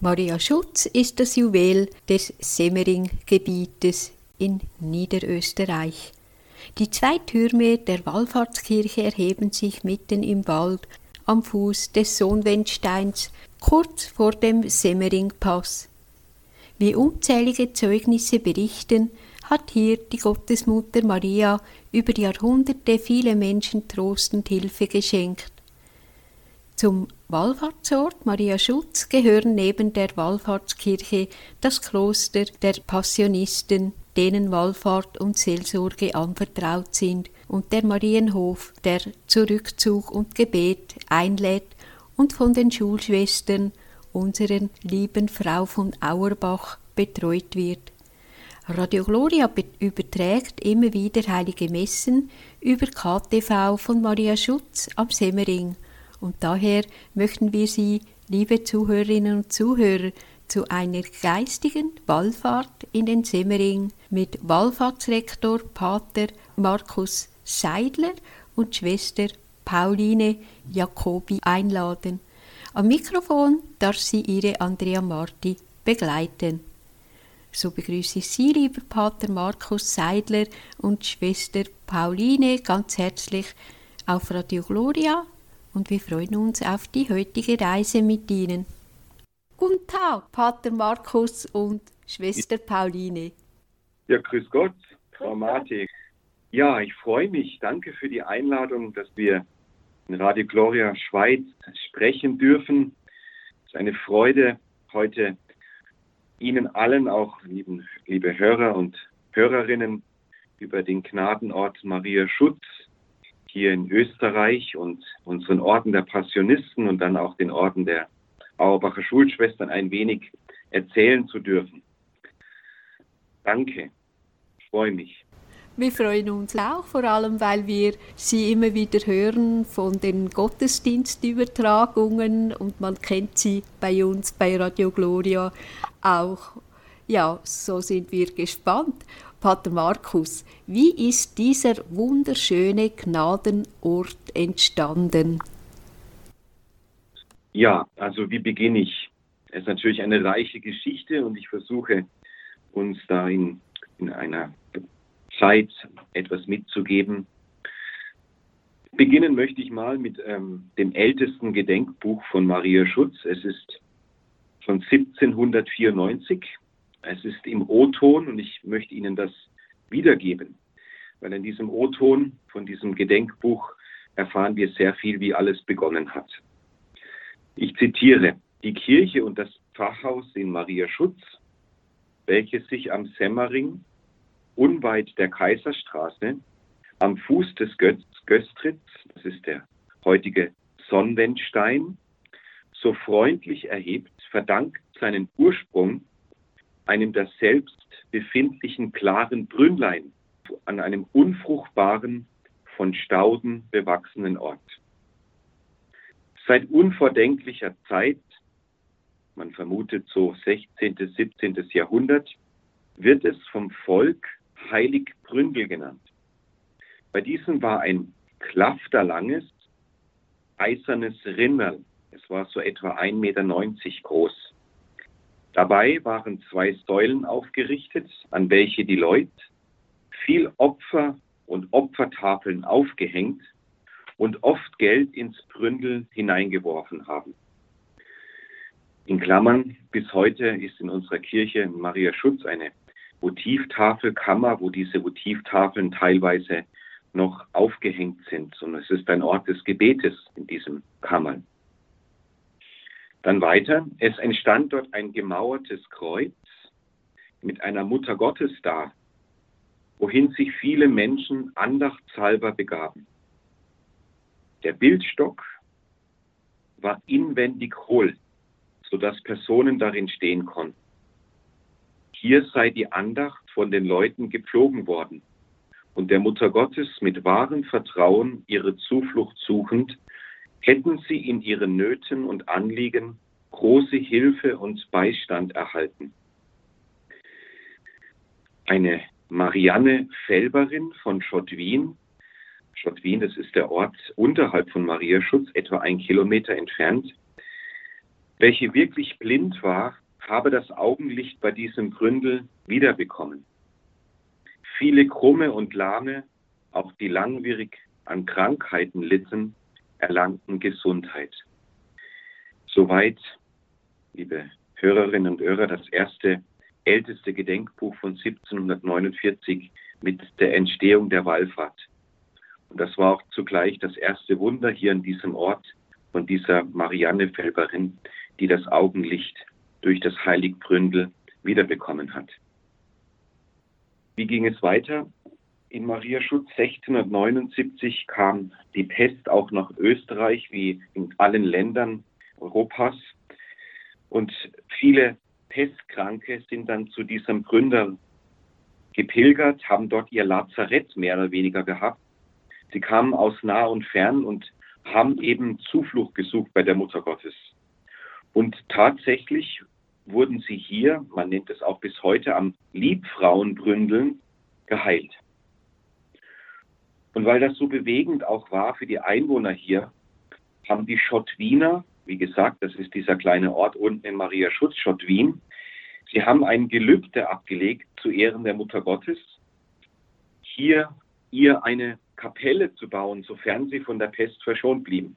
Maria Schutz ist das Juwel des Semmering-Gebietes in Niederösterreich. Die 2 Türme der Wallfahrtskirche erheben sich mitten im Wald am Fuß des Sohnwendsteins, kurz vor dem Semmering-Pass. Wie unzählige Zeugnisse berichten, hat hier die Gottesmutter Maria über Jahrhunderte viele Menschen Trost und Hilfe geschenkt. Zum Wallfahrtsort Maria Schutz gehören neben der Wallfahrtskirche das Kloster der Passionisten, denen Wallfahrt und Seelsorge anvertraut sind, und der Marienhof, der zu Rückzug und Gebet einlädt und von den Schulschwestern unserer lieben Frau von Auerbach betreut wird. Radio Gloria überträgt immer wieder heilige Messen über KTV von Maria Schutz am Semmering. Und daher möchten wir Sie, liebe Zuhörerinnen und Zuhörer, zu einer geistigen Wallfahrt in den Semmering mit Wallfahrtsrektor Pater Markus Seidler und Schwester Pauline Jacobi einladen. Am Mikrofon darf sie Ihre Andrea Marti begleiten. So begrüße ich Sie, lieber Pater Markus Seidler und Schwester Pauline, ganz herzlich auf Radio Gloria. Und wir freuen uns auf die heutige Reise mit Ihnen. Guten Tag, Pater Markus und Schwester Pauline. Ja, grüß Gott, Frau Marti. Ja, ich freue mich. Danke für die Einladung, dass wir in Radio Gloria Schweiz sprechen dürfen. Es ist eine Freude, heute Ihnen allen, auch liebe Hörer und Hörerinnen, über den Gnadenort Maria Schutz hier in Österreich und unseren Orden der Passionisten und dann auch den Orden der Auerbacher Schulschwestern ein wenig erzählen zu dürfen. Danke, ich freue mich. Wir freuen uns auch, vor allem, weil wir Sie immer wieder hören von den Gottesdienstübertragungen und man kennt Sie bei uns bei Radio Gloria auch. Ja, so sind wir gespannt. Pater Markus, wie ist dieser wunderschöne Gnadenort entstanden? Ja, also wie beginne ich? Es ist natürlich eine reiche Geschichte und ich versuche uns da in einer Zeit etwas mitzugeben. Beginnen möchte ich mal mit dem ältesten Gedenkbuch von Maria Schutz. Es ist von 1794. Es ist im O-Ton und ich möchte Ihnen das wiedergeben, weil in diesem O-Ton von diesem Gedenkbuch erfahren wir sehr viel, wie alles begonnen hat. Ich zitiere: Die Kirche und das Pfarrhaus in Maria Schutz, welches sich am Semmering, unweit der Kaiserstraße, am Fuß des Göstritz, das ist der heutige Sonnwendstein, so freundlich erhebt, verdankt seinen Ursprung einem daselbst befindlichen klaren Brünnlein an einem unfruchtbaren, von Stauden bewachsenen Ort. Seit unvordenklicher Zeit, man vermutet so 16., 17. Jahrhundert, wird es vom Volk Heilig Bründel genannt. Bei diesem war ein klafterlanges, eisernes Rinnerl. Es war so etwa 1,90 Meter groß. Dabei waren 2 Säulen aufgerichtet, an welche die Leute viel Opfer und Opfertafeln aufgehängt und oft Geld ins Bründel hineingeworfen haben. In Klammern, bis heute ist in unserer Kirche Maria Schutz eine Votivtafelkammer, wo diese Votivtafeln teilweise noch aufgehängt sind. Und es ist ein Ort des Gebetes in diesen Kammern. Dann weiter, es entstand dort ein gemauertes Kreuz mit einer Mutter Gottes da, wohin sich viele Menschen andachtshalber begaben. Der Bildstock war inwendig hohl, sodass Personen darin stehen konnten. Hier sei die Andacht von den Leuten gepflogen worden und der Mutter Gottes mit wahrem Vertrauen ihre Zuflucht suchend, hätten sie in ihren Nöten und Anliegen große Hilfe und Beistand erhalten. Eine Marianne Felberin von Schottwien, das ist der Ort unterhalb von Maria Schutz, etwa 1 Kilometer entfernt, welche wirklich blind war, habe das Augenlicht bei diesem Gründel wiederbekommen. Viele Krumme und Lahme, auch die langwierig an Krankheiten litten, erlangten Gesundheit. Soweit, liebe Hörerinnen und Hörer, das älteste Gedenkbuch von 1749 mit der Entstehung der Wallfahrt. Und das war auch zugleich das erste Wunder hier an diesem Ort von dieser Marianne Felberin, die das Augenlicht durch das Heiligbründel wiederbekommen hat. Wie ging es weiter? In Mariaschutz 1679 kam die Pest auch nach Österreich, wie in allen Ländern Europas. Und viele Pestkranke sind dann zu diesem Gründer gepilgert, haben dort ihr Lazarett mehr oder weniger gehabt. Sie kamen aus nah und fern und haben eben Zuflucht gesucht bei der Mutter Gottes. Und tatsächlich wurden sie hier, man nennt es auch bis heute, am Liebfrauenbründeln geheilt. Und weil das so bewegend auch war für die Einwohner hier, haben die Schottwiner, wie gesagt, das ist dieser kleine Ort unten in Mariaschutz, Schottwien, sie haben ein Gelübde abgelegt zu Ehren der Mutter Gottes, hier ihr eine Kapelle zu bauen, sofern sie von der Pest verschont blieben.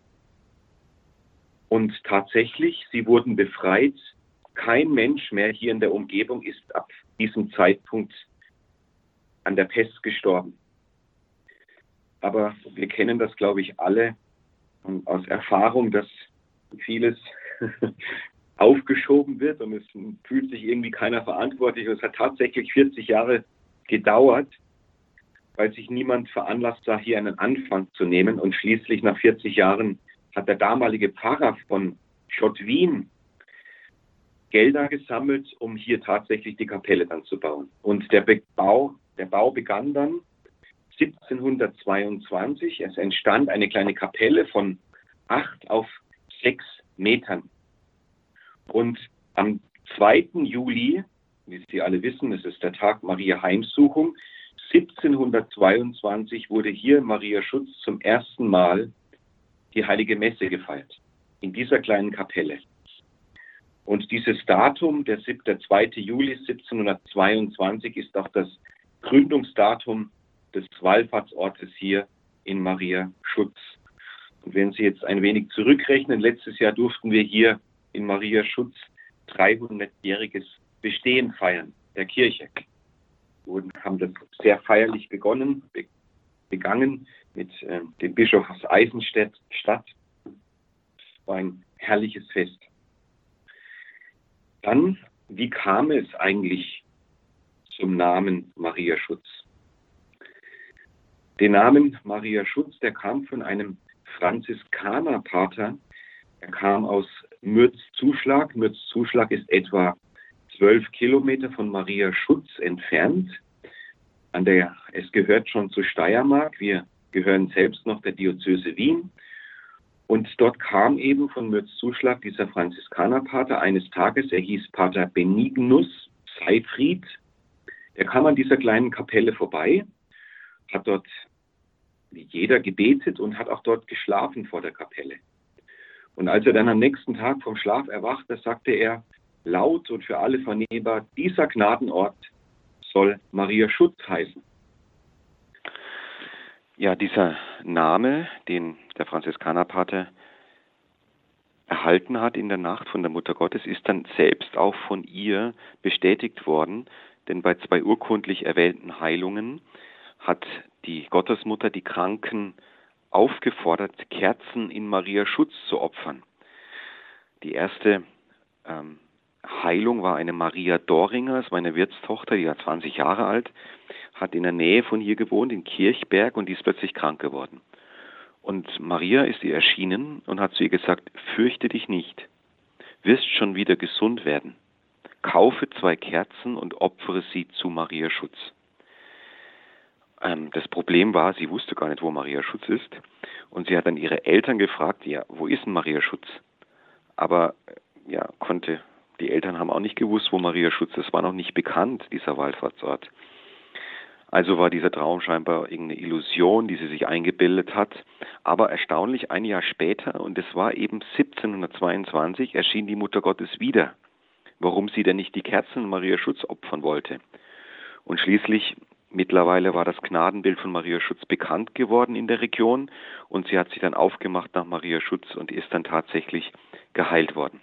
Und tatsächlich, sie wurden befreit. Kein Mensch mehr hier in der Umgebung ist ab diesem Zeitpunkt an der Pest gestorben. Aber wir kennen das, glaube ich, alle aus Erfahrung, dass vieles aufgeschoben wird und es fühlt sich irgendwie keiner verantwortlich. Und es hat tatsächlich 40 Jahre gedauert, weil sich niemand veranlasst sah, hier einen Anfang zu nehmen. Und schließlich nach 40 Jahren hat der damalige Pfarrer von Schottwien Gelder gesammelt, um hier tatsächlich die Kapelle dann zu bauen. Und der Bau begann dann 1722. Es entstand eine kleine Kapelle von 8 auf 6 Metern. Und am 2. Juli, wie Sie alle wissen, es ist der Tag Maria Heimsuchung, 1722 wurde hier in Mariaschutz zum ersten Mal die Heilige Messe gefeiert, in dieser kleinen Kapelle. Und dieses Datum, der 2. Juli 1722, ist auch das Gründungsdatum des Wallfahrtsortes hier in Mariaschutz. Und wenn Sie jetzt ein wenig zurückrechnen, letztes Jahr durften wir hier in Mariaschutz 300-jähriges Bestehen feiern der Kirche. Wir haben das sehr feierlich begangen mit dem Bischof aus Eisenstadt. War ein herrliches Fest. Dann, wie kam es eigentlich zum Namen Mariaschutz? Der Name Mariaschutz, der kam von einem Franziskanerpater. Er kam aus Mürzzuschlag. Mürzzuschlag ist etwa 12 Kilometer von Mariaschutz entfernt. Es gehört schon zu Steiermark. Wir gehören selbst noch der Diözese Wien. Und dort kam eben von Mürzzuschlag dieser Franziskanerpater eines Tages, er hieß Pater Benignus Seyfried. Der kam an dieser kleinen Kapelle vorbei, hat dort wie jeder gebetet und hat auch dort geschlafen vor der Kapelle. Und als er dann am nächsten Tag vom Schlaf erwachte, sagte er laut und für alle vernehmbar, dieser Gnadenort soll Mariaschutz heißen. Ja, dieser Name, den der Franziskanerpater erhalten hat in der Nacht von der Mutter Gottes, ist dann selbst auch von ihr bestätigt worden, denn bei 2 urkundlich erwähnten Heilungen hat die Gottesmutter die Kranken aufgefordert, Kerzen in Mariaschutz zu opfern. Die erste Heilung war eine Maria Doringer, das war eine Wirtstochter, die war 20 Jahre alt, hat in der Nähe von hier gewohnt, in Kirchberg, und die ist plötzlich krank geworden. Und Maria ist ihr erschienen und hat zu ihr gesagt, fürchte dich nicht, wirst schon wieder gesund werden. Kaufe 2 Kerzen und opfere sie zu Mariaschutz. Das Problem war, sie wusste gar nicht, wo Mariaschutz ist. Und sie hat dann ihre Eltern gefragt, ja, wo ist denn Mariaschutz? Aber ja, die Eltern haben auch nicht gewusst, wo Mariaschutz ist. Es war noch nicht bekannt, dieser Wallfahrtsort. Also war dieser Traum scheinbar irgendeine Illusion, die sie sich eingebildet hat. Aber erstaunlich, ein Jahr später, und es war eben 1722, erschien die Mutter Gottes wieder. Warum sie denn nicht die Kerzen Maria Schutz opfern wollte. Und schließlich, mittlerweile war das Gnadenbild von Maria Schutz bekannt geworden in der Region und sie hat sich dann aufgemacht nach Maria Schutz und ist dann tatsächlich geheilt worden.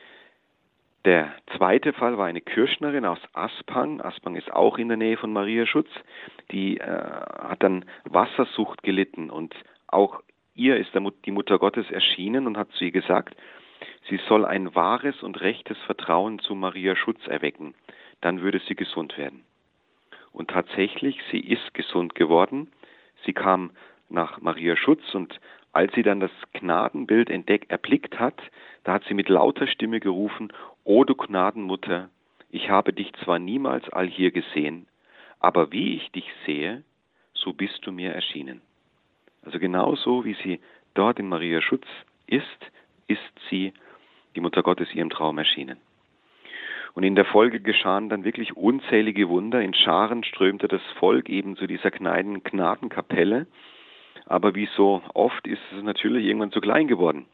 Der zweite Fall war eine Kirschnerin aus Aspang. Aspang ist auch in der Nähe von Maria Schutz. Die hat dann Wassersucht gelitten und auch ihr ist die Mutter Gottes erschienen und hat zu ihr gesagt, sie soll ein wahres und rechtes Vertrauen zu Maria Schutz erwecken. Dann würde sie gesund werden. Und tatsächlich, sie ist gesund geworden. Sie kam nach Maria Schutz und als sie dann das Gnadenbild erblickt hat, da hat sie mit lauter Stimme gerufen, O du Gnadenmutter, ich habe dich zwar niemals allhier gesehen, aber wie ich dich sehe, so bist du mir erschienen. Also genauso wie sie dort in Maria Schutz ist sie, die Mutter Gottes, ihrem Traum erschienen. Und in der Folge geschahen dann wirklich unzählige Wunder. In Scharen strömte das Volk eben zu dieser kleinen Gnadenkapelle. Aber wie so oft ist es natürlich irgendwann zu klein geworden.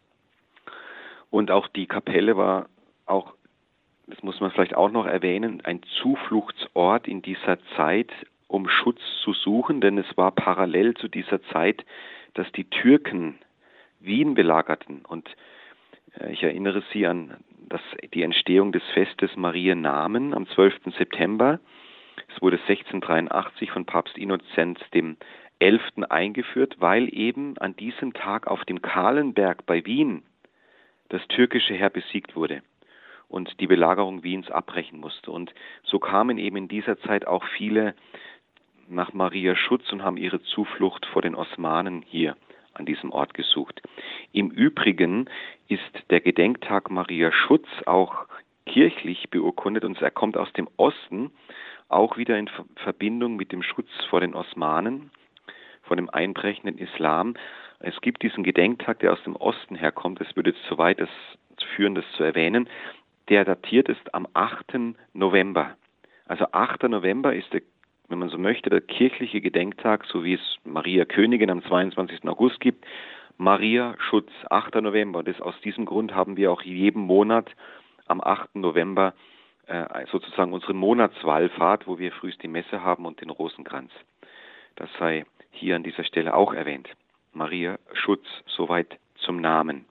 Und auch die Kapelle war auch, das muss man vielleicht auch noch erwähnen, ein Zufluchtsort in dieser Zeit, um Schutz zu suchen. Denn es war parallel zu dieser Zeit, dass die Türken Wien belagerten. Und ich erinnere Sie an die Entstehung des Festes Mariennamen am 12. September. Es wurde 1683 von Papst Innozenz dem 11. eingeführt, weil eben an diesem Tag auf dem Kahlenberg bei Wien das türkische Heer besiegt wurde und die Belagerung Wiens abbrechen musste. Und so kamen eben in dieser Zeit auch viele nach Maria Schutz und haben ihre Zuflucht vor den Osmanen hier an diesem Ort gesucht. Im Übrigen ist der Gedenktag Maria Schutz auch kirchlich beurkundet und er kommt aus dem Osten, auch wieder in Verbindung mit dem Schutz vor den Osmanen, vor dem einbrechenden Islam. Es gibt diesen Gedenktag, der aus dem Osten herkommt. Es würde jetzt zu weit führen, das zu erwähnen. Der datiert ist am 8. November. Also 8. November ist wenn man so möchte, der kirchliche Gedenktag, so wie es Maria Königin am 22. August gibt, Maria Schutz, 8. November. Und aus diesem Grund haben wir auch jeden Monat am 8. November sozusagen unsere Monatswallfahrt, wo wir frühst die Messe haben und den Rosenkranz. Das sei hier an dieser Stelle auch erwähnt. Maria Schutz, soweit zum Namen.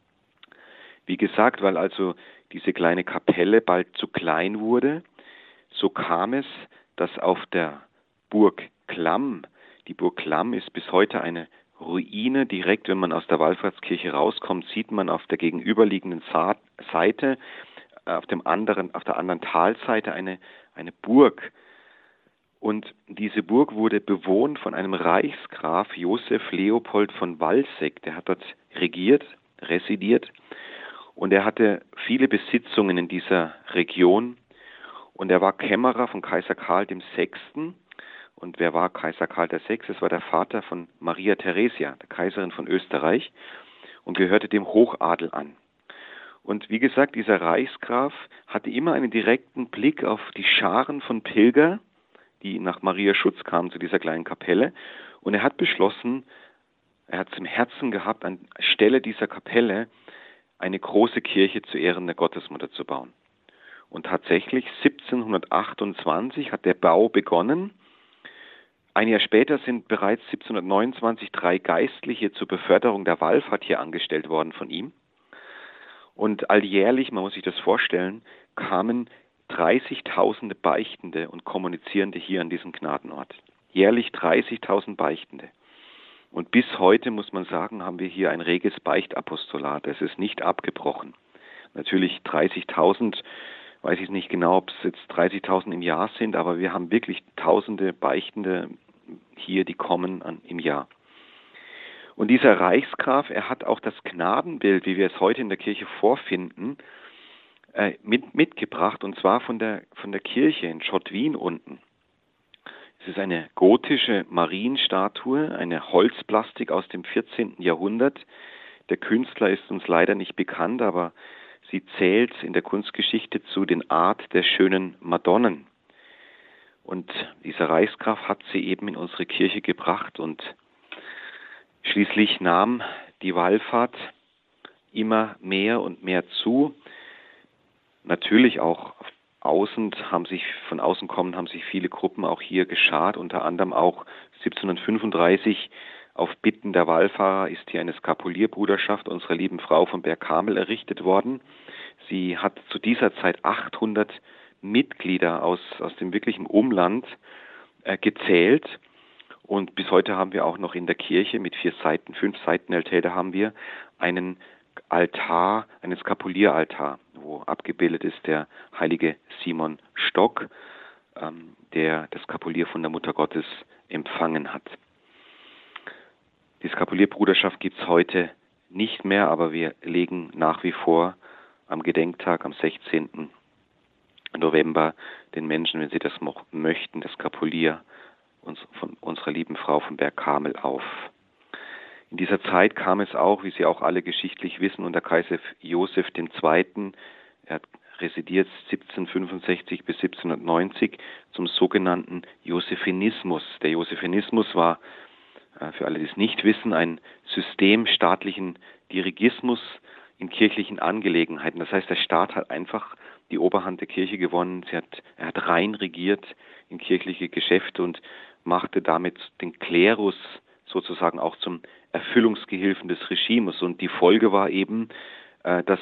Wie gesagt, weil also diese kleine Kapelle bald zu klein wurde, so kam es, dass auf der Burg Klamm, die Burg Klamm ist bis heute eine Ruine, direkt wenn man aus der Wallfahrtskirche rauskommt, sieht man auf der gegenüberliegenden Seite, auf der anderen Talseite eine Burg. Und diese Burg wurde bewohnt von einem Reichsgraf Josef Leopold von Walsegg, der hat dort residiert und er hatte viele Besitzungen in dieser Region. Und er war Kämmerer von Kaiser Karl VI. Und wer war Kaiser Karl VI? Es war der Vater von Maria Theresia, der Kaiserin von Österreich, und gehörte dem Hochadel an. Und wie gesagt, dieser Reichsgraf hatte immer einen direkten Blick auf die Scharen von Pilger, die nach Maria Schutz kamen zu dieser kleinen Kapelle. Und er hat beschlossen, er hat es im Herzen gehabt, anstelle dieser Kapelle eine große Kirche zu Ehren der Gottesmutter zu bauen. Und tatsächlich 1728 hat der Bau begonnen. Ein Jahr später sind bereits 1729 3 Geistliche zur Beförderung der Wallfahrt hier angestellt worden von ihm. Und alljährlich, man muss sich das vorstellen, kamen 30.000 Beichtende und Kommunizierende hier an diesen Gnadenort. Jährlich 30.000 Beichtende. Und bis heute, muss man sagen, haben wir hier ein reges Beichtapostolat. Es ist nicht abgebrochen. Natürlich 30.000, weiß ich nicht genau, ob es jetzt 30.000 im Jahr sind, aber wir haben wirklich tausende Beichtende hier, die kommen im Jahr. Und dieser Reichsgraf, er hat auch das Gnadenbild, wie wir es heute in der Kirche vorfinden, mitgebracht, und zwar von der Kirche in Schottwien unten. Es ist eine gotische Marienstatue, eine Holzplastik aus dem 14. Jahrhundert. Der Künstler ist uns leider nicht bekannt, aber sie zählt in der Kunstgeschichte zu den Art der schönen Madonnen. Und dieser Reichsgraf hat sie eben in unsere Kirche gebracht und schließlich nahm die Wallfahrt immer mehr und mehr zu. Natürlich auch von außen kommen, haben sich viele Gruppen auch hier geschart, unter anderem auch 1735 auf Bitten der Wallfahrer ist hier eine Skapulierbruderschaft unserer lieben Frau von Bergkamel errichtet worden. Sie hat zu dieser Zeit 800 Mitglieder aus dem wirklichen Umland gezählt. Und bis heute haben wir auch noch in der Kirche mit 5 Seitenaltäre haben wir einen Altar, einen Skapulieraltar, wo abgebildet ist der heilige Simon Stock, der das Skapulier von der Mutter Gottes empfangen hat. Die Skapulierbruderschaft gibt es heute nicht mehr, aber wir legen nach wie vor am Gedenktag, am 16. November, den Menschen, wenn sie das noch möchten, das Skapulier von unserer lieben Frau von Bergkamel auf. In dieser Zeit kam es auch, wie Sie auch alle geschichtlich wissen, unter Kaiser Joseph II., er hat residiert 1765 bis 1790, zum sogenannten Josephinismus. Der Josephinismus war, für alle, die es nicht wissen, ein System staatlichen Dirigismus in kirchlichen Angelegenheiten. Das heißt, der Staat hat einfach die Oberhand der Kirche gewonnen. Er hat rein regiert in kirchliche Geschäfte und machte damit den Klerus sozusagen auch zum Erfüllungsgehilfen des Regimes. Und die Folge war eben, dass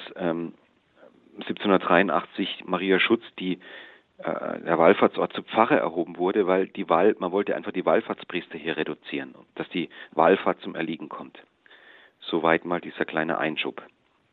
1783 Maria Schutz, der Wallfahrtsort zur Pfarre erhoben wurde, weil man wollte einfach die Wallfahrtspriester hier reduzieren, dass die Wallfahrt zum Erliegen kommt. Soweit mal dieser kleine Einschub.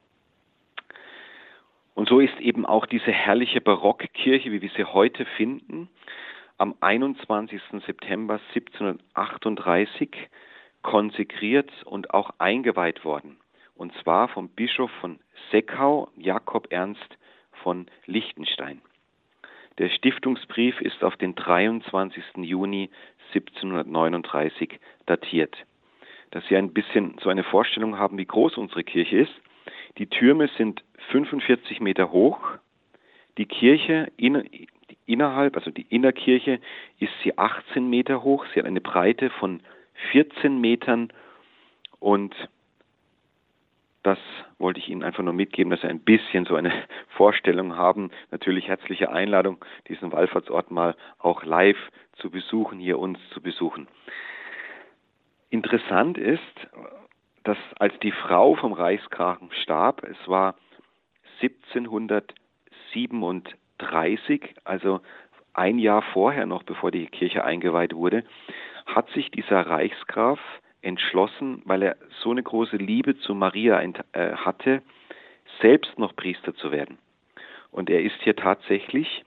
Und so ist eben auch diese herrliche Barockkirche, wie wir sie heute finden, am 21. September 1738 konsekriert und auch eingeweiht worden. Und zwar vom Bischof von Seckau, Jakob Ernst von Liechtenstein. Der Stiftungsbrief ist auf den 23. Juni 1739 datiert. Dass Sie ein bisschen so eine Vorstellung haben, wie groß unsere Kirche ist. Die Türme sind 45 Meter hoch. Die Kirche innerhalb, also die Innerkirche, ist sie 18 Meter hoch. Sie hat eine Breite von 14 Metern und das wollte ich Ihnen einfach nur mitgeben, dass Sie ein bisschen so eine Vorstellung haben. Natürlich herzliche Einladung, diesen Wallfahrtsort mal auch live zu besuchen, hier uns zu besuchen. Interessant ist, dass als die Frau vom Reichsgrafen starb, es war 1737, also ein Jahr vorher noch, bevor die Kirche eingeweiht wurde, hat sich dieser Reichsgraf entschlossen, weil er so eine große Liebe zu Maria hatte, selbst noch Priester zu werden. Und er ist hier tatsächlich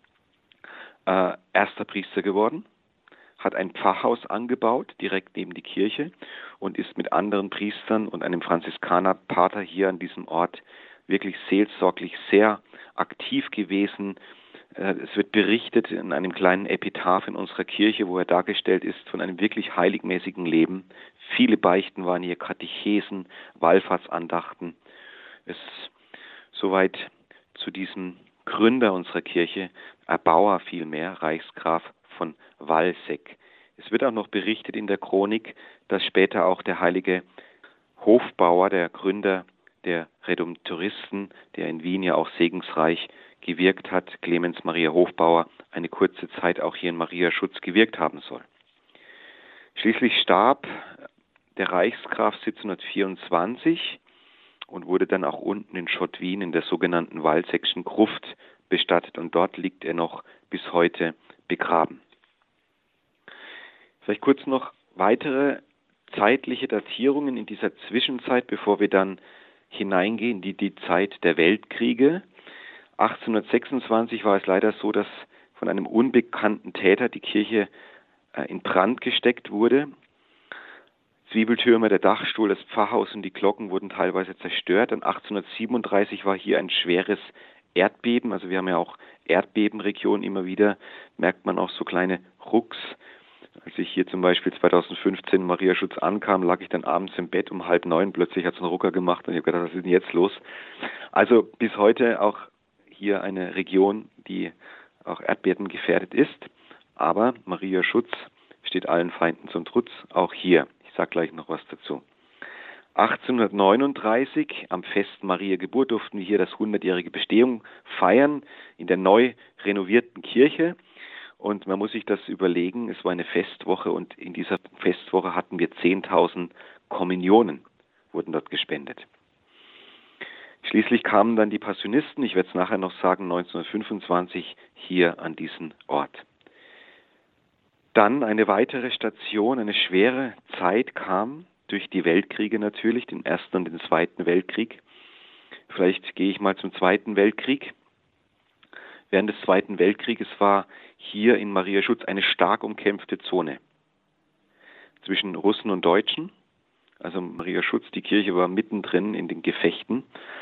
erster Priester geworden, hat ein Pfarrhaus angebaut, direkt neben die Kirche und ist mit anderen Priestern und einem Franziskanerpater hier an diesem Ort wirklich seelsorglich sehr aktiv gewesen. Es wird berichtet in einem kleinen Epitaph in unserer Kirche, wo er dargestellt ist, von einem wirklich heiligmäßigen Leben. Viele Beichten waren hier, Katechesen, Wallfahrtsandachten. Es soweit zu diesem Gründer unserer Kirche, Erbauer vielmehr, Reichsgraf von Walseck. Es wird auch noch berichtet in der Chronik, dass später auch der heilige Hofbauer, der Gründer der Redemptoristen, der in Wien ja auch segensreich gewirkt hat, Clemens Maria Hofbauer, eine kurze Zeit auch hier in Maria Schutz gewirkt haben soll. Schließlich starb der Reichsgraf 1724 und wurde dann auch unten in Schottwien in der sogenannten Walseckschen Gruft bestattet und dort liegt er noch bis heute begraben. Vielleicht kurz noch weitere zeitliche Datierungen in dieser Zwischenzeit, bevor wir dann hineingehen in die Zeit der Weltkriege. 1826 war es leider so, dass von einem unbekannten Täter die Kirche in Brand gesteckt wurde. Zwiebeltürme, der Dachstuhl, das Pfarrhaus und die Glocken wurden teilweise zerstört. Und 1837 war hier ein schweres Erdbeben. Also wir haben ja auch Erdbebenregionen immer wieder, merkt man auch so kleine Rucks. Als ich hier zum Beispiel 2015 in Maria Schutz ankam, lag ich dann abends im Bett um 8:30. Plötzlich hat es einen Rucker gemacht und ich habe gedacht, was ist denn jetzt los? Also bis heute auch hier eine Region, die auch Erdbeben gefährdet ist. Aber Maria Schutz steht allen Feinden zum Trutz, auch hier. Ich sage gleich noch was dazu. 1839, am Fest Maria Geburt, durften wir hier das 100-jährige Bestehung feiern in der neu renovierten Kirche. Und man muss sich das überlegen, es war eine Festwoche und in dieser Festwoche hatten wir 10.000 Kommunionen, wurden dort gespendet. Schließlich kamen dann die Passionisten, ich werde es nachher noch sagen, 1925 hier an diesen Ort. Dann eine weitere Station, eine schwere Zeit kam, durch die Weltkriege natürlich, den Ersten und den Zweiten Weltkrieg. Vielleicht gehe ich mal zum Zweiten Weltkrieg. Während des Zweiten Weltkrieges war hier in Maria Schutz eine stark umkämpfte Zone zwischen Russen und Deutschen. Also Maria Schutz, die Kirche war mittendrin in den Gefechten.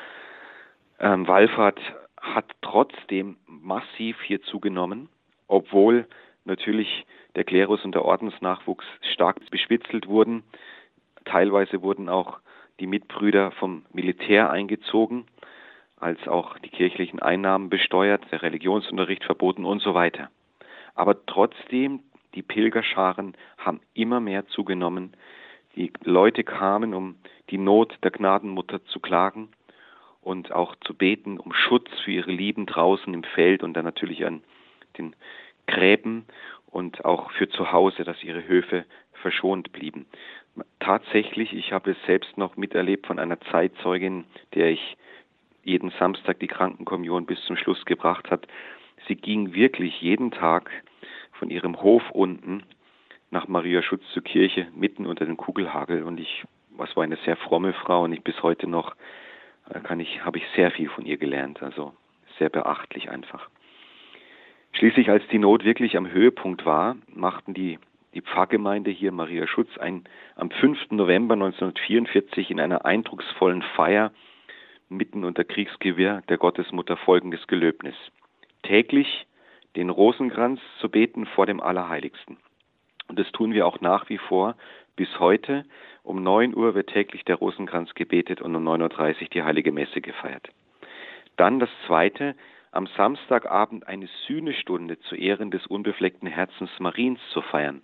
Wallfahrt hat trotzdem massiv hier zugenommen, obwohl natürlich der Klerus und der Ordensnachwuchs stark bespitzelt wurden. Teilweise wurden auch die Mitbrüder vom Militär eingezogen, als auch die kirchlichen Einnahmen besteuert, der Religionsunterricht verboten und so weiter. Aber trotzdem, die Pilgerscharen haben immer mehr zugenommen. Die Leute kamen, um die Not der Gnadenmutter zu klagen und auch zu beten um Schutz für ihre Lieben draußen im Feld und dann natürlich an den Gräben und auch für zu Hause, dass ihre Höfe verschont blieben. Tatsächlich, ich habe es selbst noch miterlebt von einer Zeitzeugin, der ich jeden Samstag die Krankenkommunion bis zum Schluss gebracht hat. Sie ging wirklich jeden Tag von ihrem Hof unten nach Maria Schutz zur Kirche, mitten unter dem Kugelhagel. Und was war eine sehr fromme Frau und bis heute noch habe ich sehr viel von ihr gelernt. Also sehr beachtlich einfach. Schließlich, als die Not wirklich am Höhepunkt war, machten die Pfarrgemeinde hier Maria Schutz am 5. November 1944 in einer eindrucksvollen Feier mitten unter Kriegsgewirr der Gottesmutter folgendes Gelöbnis: täglich den Rosenkranz zu beten vor dem Allerheiligsten. Und das tun wir auch nach wie vor bis heute. Um 9 Uhr wird täglich der Rosenkranz gebetet und um 9.30 Uhr die Heilige Messe gefeiert. Dann das Zweite, am Samstagabend eine Sühnestunde zu Ehren des unbefleckten Herzens Mariens zu feiern.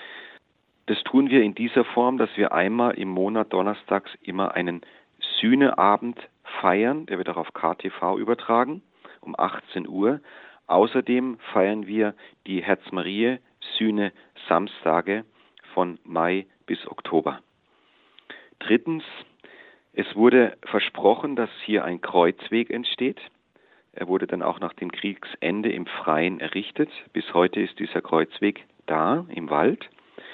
Das tun wir in dieser Form, dass wir einmal im Monat donnerstags immer einen Sühneabend feiern, der wird auch auf KTV übertragen, um 18 Uhr. Außerdem feiern wir die Herz-Marie-Sühne Samstage von Mai bis Oktober. Drittens, es wurde versprochen, dass hier ein Kreuzweg entsteht. Er wurde dann auch nach dem Kriegsende im Freien errichtet. Bis heute ist dieser Kreuzweg da im Wald.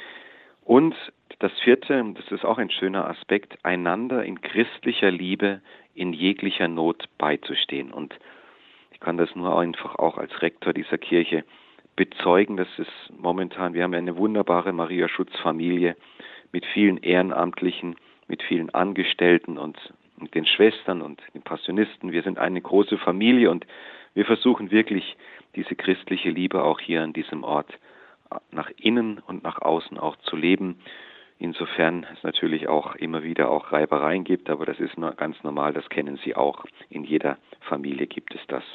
Und das vierte, das ist auch ein schöner Aspekt, einander in christlicher Liebe in jeglicher Not beizustehen. Und ich kann das nur einfach auch als Rektor dieser Kirche bezeugen, dass es momentan, wir haben eine wunderbare Maria-Schutz-Familie mit vielen Ehrenamtlichen, mit vielen Angestellten und mit den Schwestern und den Passionisten. Wir sind eine große Familie und wir versuchen wirklich diese christliche Liebe auch hier an diesem Ort nach innen und nach außen auch zu leben. Insofern es natürlich auch immer wieder auch Reibereien gibt, aber das ist ganz normal, das kennen Sie auch. In jeder Familie gibt es das.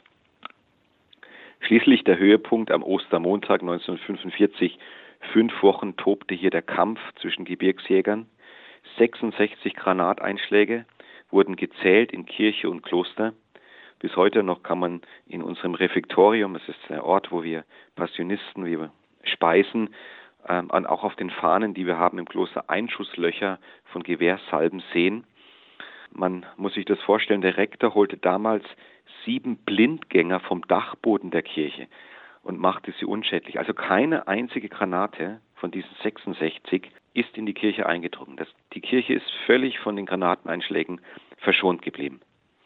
Schließlich der Höhepunkt am Ostermontag 1945. 5 Wochen tobte hier der Kampf zwischen Gebirgsjägern. 66 Granateinschläge wurden gezählt in Kirche und Kloster. Bis heute noch kann man in unserem Refektorium, das ist der Ort, wo wir Passionisten, wir speisen, auch auf den Fahnen, die wir haben im Kloster, Einschusslöcher von Gewehrsalben sehen. Man muss sich das vorstellen, der Rektor holte damals 7 Blindgänger vom Dachboden der Kirche und machte sie unschädlich. Also keine einzige Granate von diesen 66 ist in die Kirche eingedrungen. Die Kirche ist völlig von den Granateneinschlägen verschont geblieben.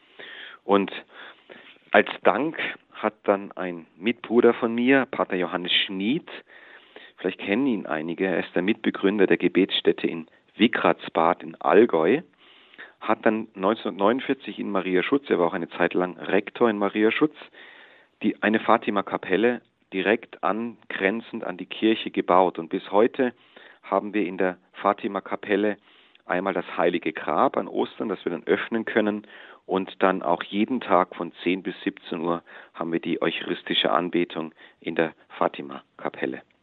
Und als Dank hat dann ein Mitbruder von mir, Pater Johannes Schmid, vielleicht kennen ihn einige, er ist der Mitbegründer der Gebetsstätte in Wikratzbad in Allgäu, hat dann 1949 in Maria Schutz, er war auch eine Zeit lang Rektor in Maria Schutz, eine Fatima-Kapelle direkt angrenzend an die Kirche gebaut. Und bis heute haben wir in der Fatima-Kapelle einmal das Heilige Grab an Ostern, das wir dann öffnen können. Und dann auch jeden Tag von 10 bis 17 Uhr haben wir die eucharistische Anbetung in der Fatima-Kapelle.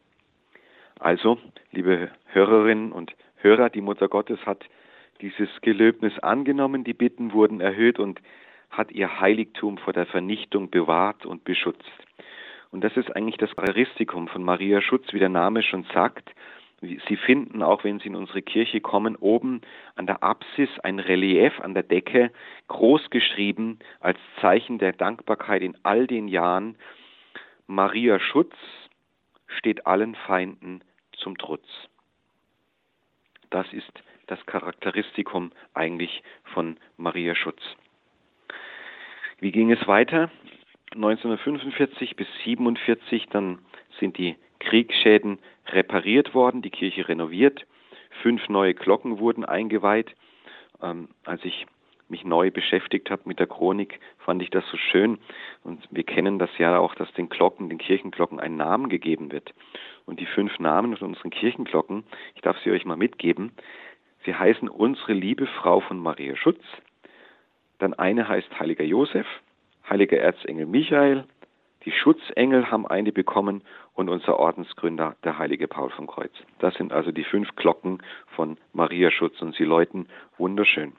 Also, liebe Hörerinnen und Hörer, die Mutter Gottes hat dieses Gelöbnis angenommen, die Bitten wurden erhöht und hat ihr Heiligtum vor der Vernichtung bewahrt und beschützt. Und das ist eigentlich das Charakteristikum von Maria Schutz, wie der Name schon sagt. Sie finden, auch wenn Sie in unsere Kirche kommen, oben an der Apsis ein Relief an der Decke, groß geschrieben als Zeichen der Dankbarkeit in all den Jahren: Maria Schutz steht allen Feinden zum Trutz. Das ist das Charakteristikum eigentlich von Maria Schutz. Wie ging es weiter? 1945 bis 1947, dann sind die Kriegsschäden repariert worden, die Kirche renoviert, 5 neue Glocken wurden eingeweiht. Als ich mich neu beschäftigt habe mit der Chronik, fand ich das so schön. Und wir kennen das ja auch, dass den Kirchenglocken ein Namen gegeben wird. Und die 5 Namen von unseren Kirchenglocken, ich darf sie euch mal mitgeben, sie heißen Unsere liebe Frau von Maria Schutz, dann eine heißt Heiliger Josef, Heiliger Erzengel Michael, die Schutzengel haben eine bekommen und unser Ordensgründer, der Heilige Paul vom Kreuz. Das sind also die 5 Glocken von Maria Schutz und sie läuten wunderschön.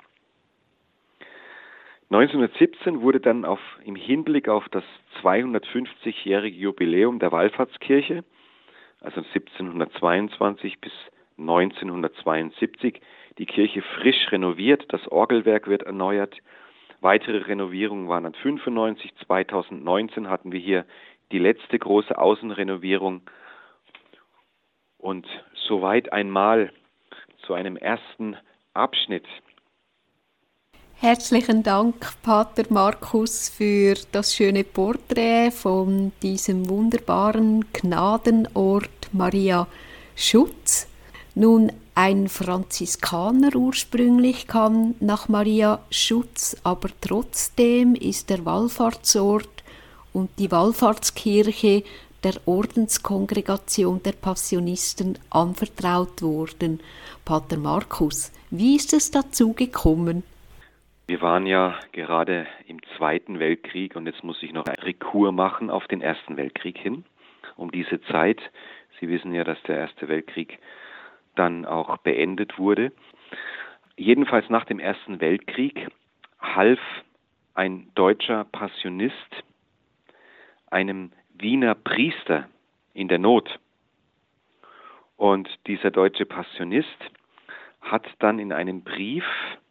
1917 wurde dann im Hinblick auf das 250-jährige Jubiläum der Wallfahrtskirche, also 1722 bis 1972, die Kirche frisch renoviert, das Orgelwerk wird erneuert. Weitere Renovierungen waren dann 1995, 2019 hatten wir hier die letzte große Außenrenovierung. Und soweit einmal zu einem ersten Abschnitt. Herzlichen Dank, Pater Markus, für das schöne Porträt von diesem wunderbaren Gnadenort Maria Schutz. Nun, ein Franziskaner ursprünglich kam nach Maria Schutz, aber trotzdem ist der Wallfahrtsort und die Wallfahrtskirche der Ordenskongregation der Passionisten anvertraut worden. Pater Markus, wie ist es dazu gekommen? Wir waren ja gerade im Zweiten Weltkrieg und jetzt muss ich noch eine Rekur machen auf den Ersten Weltkrieg hin. Um diese Zeit, Sie wissen ja, dass der Erste Weltkrieg dann auch beendet wurde. Jedenfalls nach dem Ersten Weltkrieg half ein deutscher Passionist einem Wiener Priester in der Not. Und dieser deutsche Passionist hat dann in einem Brief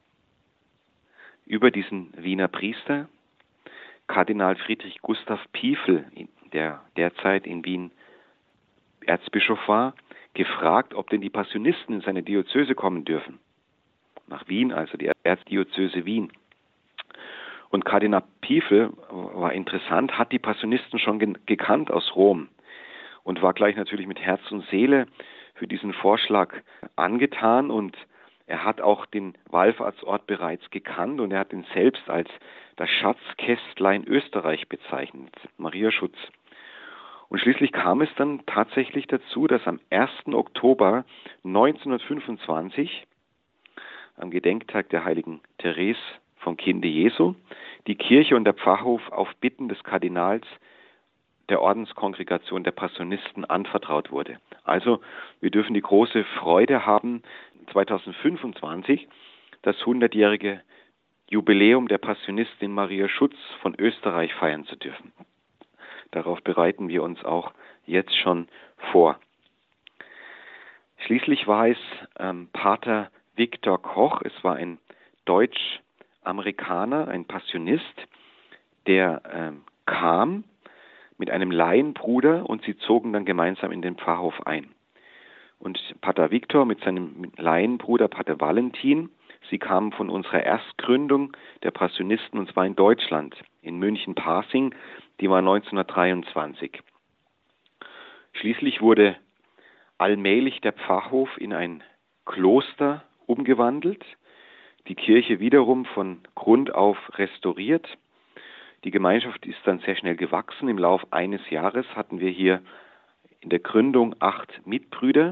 über diesen Wiener Priester Kardinal Friedrich Gustav Piefl, der derzeit in Wien Erzbischof war, gefragt, ob denn die Passionisten in seine Diözese kommen dürfen. Nach Wien, also die Erzdiözese Wien. Und Kardinal Piefl war interessant, hat die Passionisten schon gekannt aus Rom und war gleich natürlich mit Herz und Seele für diesen Vorschlag angetan und er hat auch den Wallfahrtsort bereits gekannt und er hat ihn selbst als das Schatzkästlein Österreich bezeichnet, Maria Schutz. Und schließlich kam es dann tatsächlich dazu, dass am 1. Oktober 1925, am Gedenktag der heiligen Therese vom Kinde Jesu, die Kirche und der Pfarrhof auf Bitten des Kardinals der Ordenskongregation der Passionisten anvertraut wurde. Also wir dürfen die große Freude haben, 2025 das 100-jährige Jubiläum der Passionistin Maria Schutz von Österreich feiern zu dürfen. Darauf bereiten wir uns auch jetzt schon vor. Schließlich war es Pater Viktor Koch, es war ein Deutsch-Amerikaner, ein Passionist, der kam mit einem Laienbruder und sie zogen dann gemeinsam in den Pfarrhof ein. Und Pater Viktor mit seinem Laienbruder Pater Valentin, sie kamen von unserer Erstgründung der Passionisten und zwar in Deutschland, in München-Pasing, die war 1923. Schließlich wurde allmählich der Pfarrhof in ein Kloster umgewandelt, die Kirche wiederum von Grund auf restauriert. Die Gemeinschaft ist dann sehr schnell gewachsen. Im Lauf eines Jahres hatten wir hier in der Gründung 8 Mitbrüder.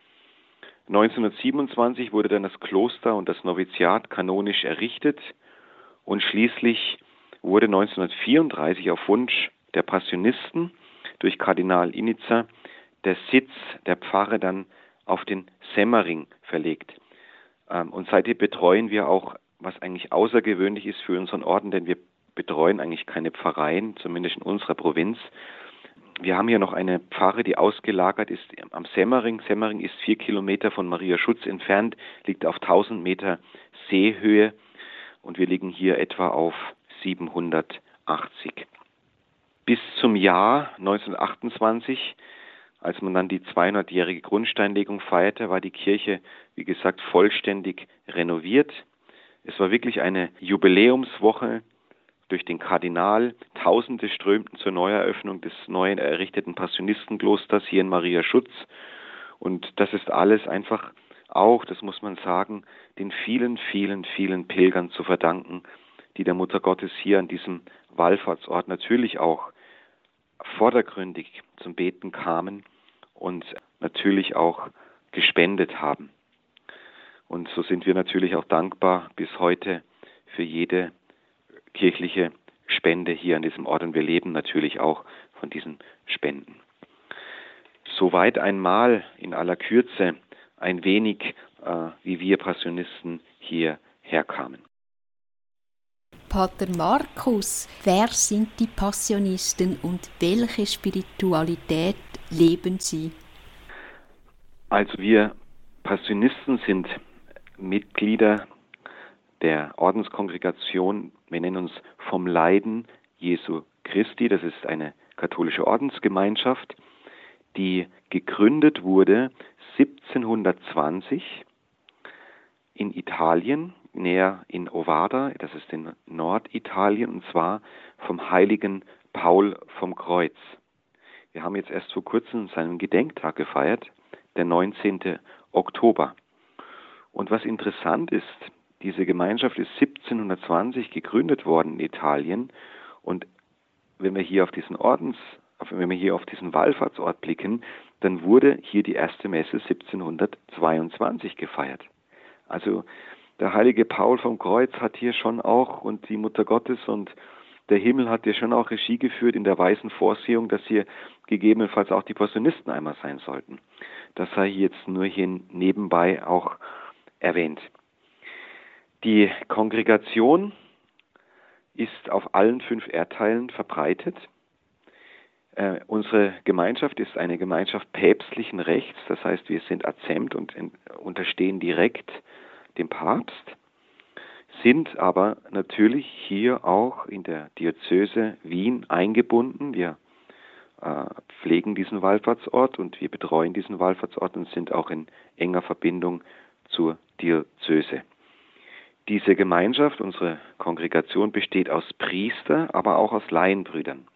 1927 wurde dann das Kloster und das Noviziat kanonisch errichtet und schließlich wurde 1934 auf Wunsch der Passionisten durch Kardinal Initzer der Sitz der Pfarre dann auf den Semmering verlegt. Und seitdem betreuen wir auch, was eigentlich außergewöhnlich ist für unseren Orden, denn wir betreuen eigentlich keine Pfarreien, zumindest in unserer Provinz. Wir haben hier noch eine Pfarre, die ausgelagert ist am Semmering. Semmering ist 4 Kilometer von Mariaschutz entfernt, liegt auf 1000 Meter Seehöhe und wir liegen hier etwa auf 780. Bis zum Jahr 1928, als man dann die 200-jährige Grundsteinlegung feierte, war die Kirche, wie gesagt, vollständig renoviert. Es war wirklich eine Jubiläumswoche durch den Kardinal. Tausende strömten zur Neueröffnung des neu errichteten Passionistenklosters hier in Mariaschutz. Und das ist alles einfach auch, das muss man sagen, den vielen, vielen, vielen Pilgern zu verdanken, die der Mutter Gottes hier an diesem Wallfahrtsort natürlich auch vordergründig zum Beten kamen und natürlich auch gespendet haben. Und so sind wir natürlich auch dankbar bis heute für jede kirchliche Spende hier an diesem Ort und wir leben natürlich auch von diesen Spenden. Soweit einmal in aller Kürze ein wenig, wie wir Passionisten hier herkamen. Pater Markus, wer sind die Passionisten und welche Spiritualität leben sie? Also wir Passionisten sind Mitglieder der Ordenskongregation, wir nennen uns vom Leiden Jesu Christi, das ist eine katholische Ordensgemeinschaft, die gegründet wurde 1720 in Italien, näher in Ovada, das ist in Norditalien, und zwar vom heiligen Paul vom Kreuz. Wir haben jetzt erst vor kurzem seinen Gedenktag gefeiert, der 19. Oktober. Und was interessant ist, diese Gemeinschaft ist 1720 gegründet worden in Italien und wenn wir hier auf diesen Wallfahrtsort blicken, dann wurde hier die erste Messe 1722 gefeiert. Also der heilige Paul vom Kreuz hat hier schon auch und die Mutter Gottes und der Himmel hat hier schon auch Regie geführt in der weisen Vorsehung, dass hier gegebenenfalls auch die Passionisten einmal sein sollten. Das sei jetzt nur hier nebenbei auch erwähnt. Die Kongregation ist auf allen 5 Erdteilen verbreitet. Unsere Gemeinschaft ist eine Gemeinschaft päpstlichen Rechts, das heißt, wir sind azempt und unterstehen direkt dem Papst, sind aber natürlich hier auch in der Diözese Wien eingebunden. Wir pflegen diesen Wallfahrtsort und wir betreuen diesen Wallfahrtsort und sind auch in enger Verbindung zur Diözese. Diese Gemeinschaft, unsere Kongregation, besteht aus Priester, aber auch aus Laienbrüdern.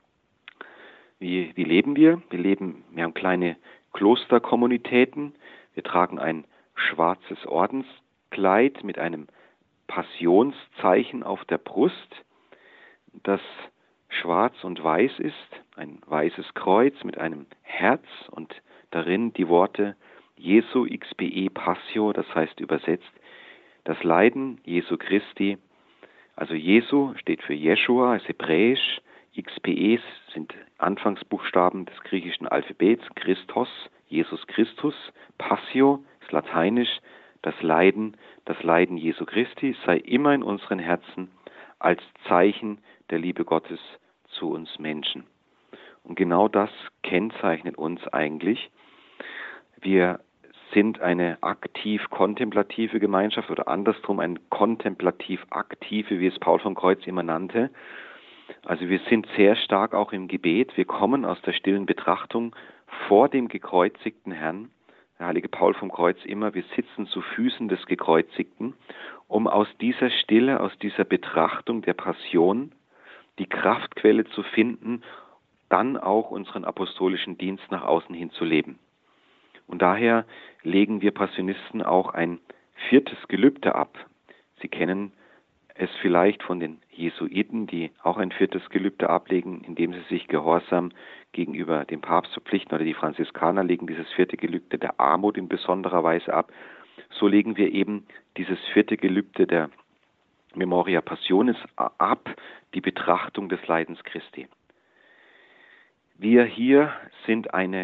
Wie leben wir? Wir haben kleine Klosterkommunitäten. Wir tragen ein schwarzes Ordenskleid mit einem Passionszeichen auf der Brust, das schwarz und weiß ist, ein weißes Kreuz mit einem Herz und darin die Worte Jesu XPE Passio, das heißt übersetzt das Leiden Jesu Christi. Also Jesu steht für Jeschua, ist hebräisch, XPE sind Anfangsbuchstaben des griechischen Alphabets, Christos, Jesus Christus, Passio ist lateinisch, das Leiden Jesu Christi sei immer in unseren Herzen als Zeichen der Liebe Gottes zu uns Menschen. Und genau das kennzeichnet uns eigentlich. Wir sind eine aktiv-kontemplative Gemeinschaft oder andersrum eine kontemplativ-aktive, wie es Paul vom Kreuz immer nannte. Also wir sind sehr stark auch im Gebet. Wir kommen aus der stillen Betrachtung vor dem gekreuzigten Herrn. Der heilige Paul vom Kreuz immer, wir sitzen zu Füßen des Gekreuzigten, um aus dieser Stille, aus dieser Betrachtung der Passion die Kraftquelle zu finden, dann auch unseren apostolischen Dienst nach außen hin zu leben. Und daher legen wir Passionisten auch ein 4. Gelübde ab. Sie kennen es vielleicht von den Jesuiten, die auch ein 4. Gelübde ablegen, indem sie sich gehorsam gegenüber dem Papst verpflichten, oder die Franziskaner legen dieses 4. Gelübde der Armut in besonderer Weise ab. So legen wir eben dieses 4. Gelübde der Memoria Passionis ab, die Betrachtung des Leidens Christi. Wir hier sind eine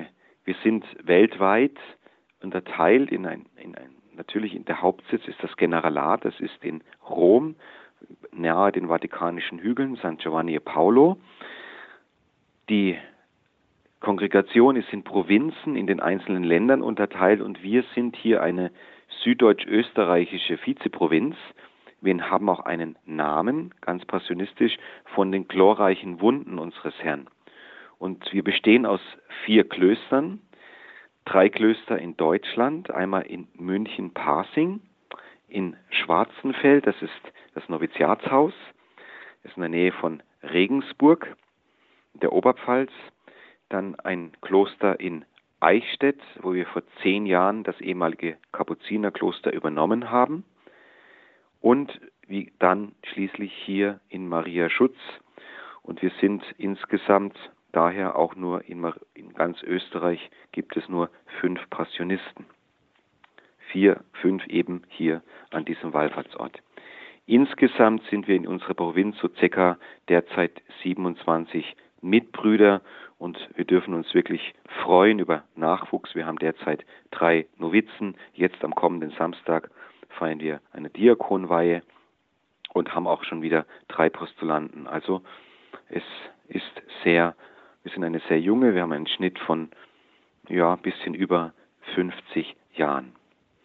Wir sind weltweit unterteilt natürlich in der Hauptsitz ist das Generalat, das ist in Rom, nahe den Vatikanischen Hügeln, San Giovanni e Paolo. Die Kongregation ist in Provinzen in den einzelnen Ländern unterteilt und wir sind hier eine süddeutsch-österreichische Vizeprovinz. Wir haben auch einen Namen, ganz passionistisch, von den glorreichen Wunden unseres Herrn. Und wir bestehen aus 4 Klöstern, 3 Klöster in Deutschland, einmal in München-Pasing, in Schwarzenfeld, das ist das Noviziatshaus, das ist in der Nähe von Regensburg, der Oberpfalz, dann ein Kloster in Eichstätt, wo wir vor 10 Jahren das ehemalige Kapuzinerkloster übernommen haben und dann schließlich hier in Maria Schutz und wir sind insgesamt daher auch nur in ganz Österreich gibt es nur 5 Passionisten. 4, 5 eben hier an diesem Wallfahrtsort. Insgesamt sind wir in unserer Provinz so circa derzeit 27 Mitbrüder und wir dürfen uns wirklich freuen über Nachwuchs. Wir haben derzeit 3 Novizen. Jetzt am kommenden Samstag feiern wir eine Diakonweihe und haben auch schon wieder 3 Postulanten. Also wir sind eine sehr junge, wir haben einen Schnitt von ein bisschen über 50 Jahren.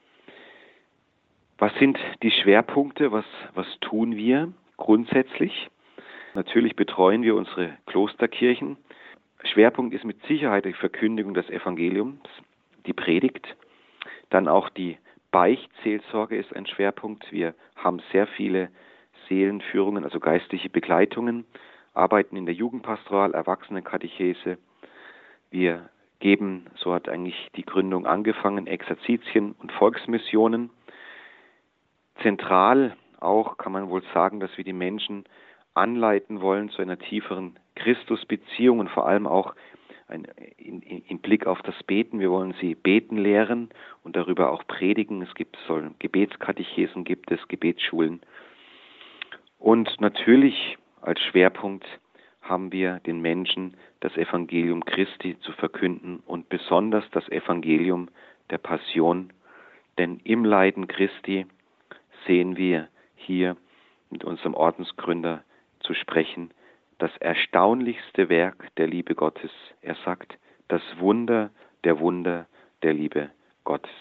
Was sind die Schwerpunkte? Was tun wir grundsätzlich? Natürlich betreuen wir unsere Klosterkirchen. Schwerpunkt ist mit Sicherheit die Verkündigung des Evangeliums, die Predigt. Dann auch die Beichtseelsorge ist ein Schwerpunkt. Wir haben sehr viele Seelenführungen, also geistliche Begleitungen, arbeiten in der Jugendpastoral, Erwachsenenkatechese. Wir geben, so hat eigentlich die Gründung angefangen, Exerzitien und Volksmissionen. Zentral auch kann man wohl sagen, dass wir die Menschen anleiten wollen zu einer tieferen Christusbeziehung und vor allem auch im Blick auf das Beten. Wir wollen sie beten lehren und darüber auch predigen. Gebetskatechesen gibt es, Gebetsschulen. Und natürlich als Schwerpunkt haben wir den Menschen das Evangelium Christi zu verkünden und besonders das Evangelium der Passion. Denn im Leiden Christi sehen wir hier mit unserem Ordensgründer zu sprechen, das erstaunlichste Werk der Liebe Gottes. Er sagt, das Wunder der Liebe Gottes.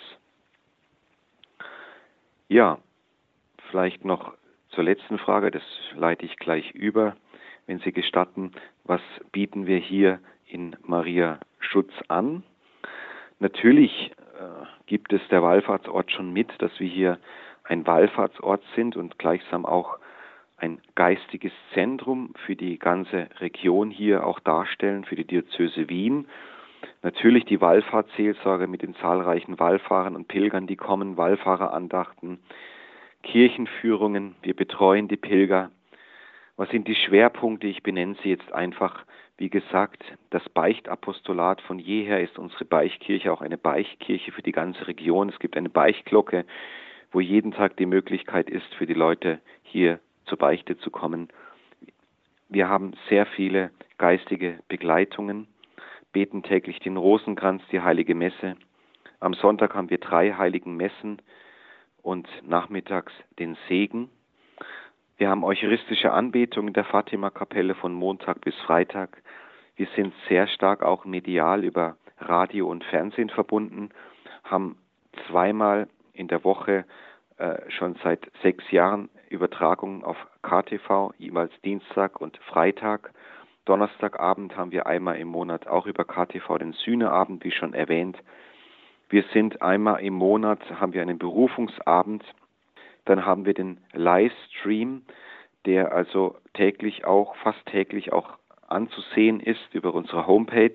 Ja, vielleicht noch zur letzten Frage, das leite ich gleich über, wenn Sie gestatten. Was bieten wir hier in Maria Schutz an? Natürlich gibt es der Wallfahrtsort schon mit, dass wir hier ein Wallfahrtsort sind und gleichsam auch ein geistiges Zentrum für die ganze Region hier auch darstellen, für die Diözese Wien. Natürlich die Wallfahrtsseelsorge mit den zahlreichen Wallfahrern und Pilgern, die kommen, Wallfahrerandachten, Kirchenführungen, wir betreuen die Pilger. Was sind die Schwerpunkte? Ich benenne sie jetzt einfach. Wie gesagt, das Beichtapostolat von jeher ist unsere Beichtkirche auch eine Beichtkirche für die ganze Region. Es gibt eine Beichtglocke, wo jeden Tag die Möglichkeit ist, für die Leute hier zur Beichte zu kommen. Wir haben sehr viele geistige Begleitungen, beten täglich den Rosenkranz, die Heilige Messe. Am Sonntag haben wir 3 heiligen Messen und nachmittags den Segen. Wir haben eucharistische Anbetung in der Fatima-Kapelle von Montag bis Freitag. Wir sind sehr stark auch medial über Radio und Fernsehen verbunden, haben 2-mal in der Woche schon seit 6 Jahren Übertragungen auf KTV, jeweils Dienstag und Freitag. Donnerstagabend haben wir einmal im Monat auch über KTV den Sühneabend, wie schon erwähnt. Wir sind einmal im Monat, haben wir einen Berufungsabend. Dann haben wir den Livestream, der also fast täglich auch anzusehen ist über unsere Homepage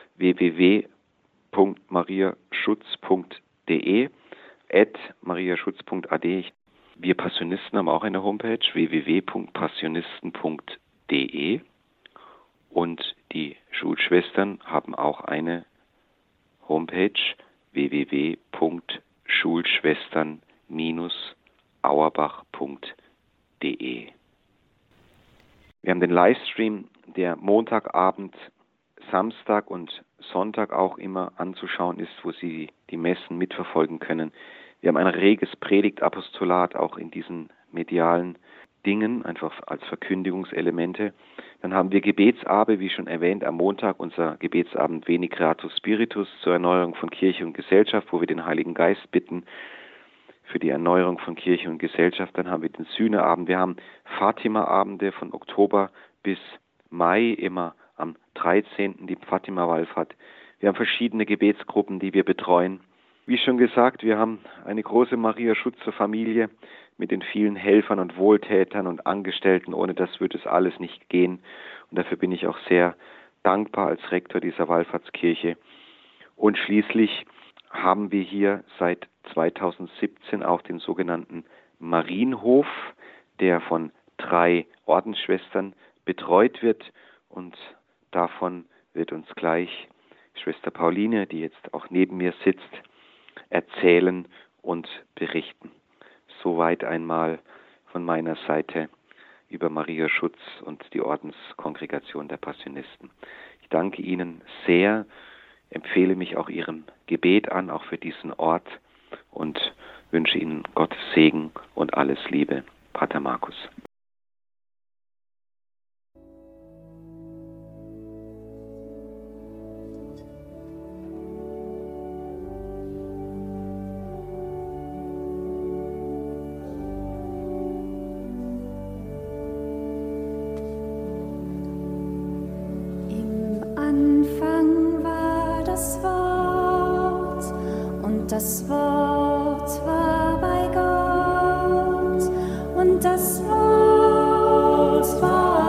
www.mariaschutz.de @mariaschutz.ad. Wir Passionisten haben auch eine Homepage www.passionisten.de und die Schulschwestern haben auch eine Homepage www.schulschwestern-auerbach.de. Wir haben den Livestream, der Montagabend, Samstag und Sonntag auch immer anzuschauen ist, wo Sie die Messen mitverfolgen können. Wir haben ein reges Predigtapostolat auch in diesen medialen Dingen, einfach als Verkündigungselemente. Dann haben wir Gebetsabende, wie schon erwähnt, am Montag unser Gebetsabend Veni Creator Spiritus zur Erneuerung von Kirche und Gesellschaft, wo wir den Heiligen Geist bitten für die Erneuerung von Kirche und Gesellschaft. Dann haben wir den Sühneabend. Wir haben Fatima-Abende von Oktober bis Mai, immer am 13. die Fatima-Wallfahrt. Wir haben verschiedene Gebetsgruppen, die wir betreuen. Wie schon gesagt, wir haben eine große Maria-Schutzer-Familie mit den vielen Helfern und Wohltätern und Angestellten. Ohne das würde es alles nicht gehen. Und dafür bin ich auch sehr dankbar als Rektor dieser Wallfahrtskirche. Und schließlich haben wir hier seit 2017 auch den sogenannten Marienhof, der von 3 Ordensschwestern betreut wird. Und davon wird uns gleich Schwester Pauline, die jetzt auch neben mir sitzt, erzählen und berichten. Soweit einmal von meiner Seite über Maria Schutz und die Ordenskongregation der Passionisten. Ich danke Ihnen sehr, empfehle mich auch Ihrem Gebet an, auch für diesen Ort, und wünsche Ihnen Gottes Segen und alles Liebe. Pater Markus. Das Wort war bei Gott und das Wort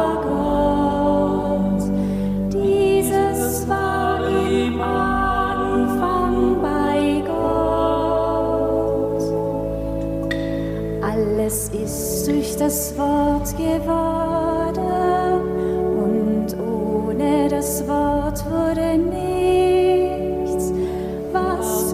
war Gott. Dieses war im Anfang bei Gott. Alles ist durch das Wort geworden und ohne das Wort wurde nichts, was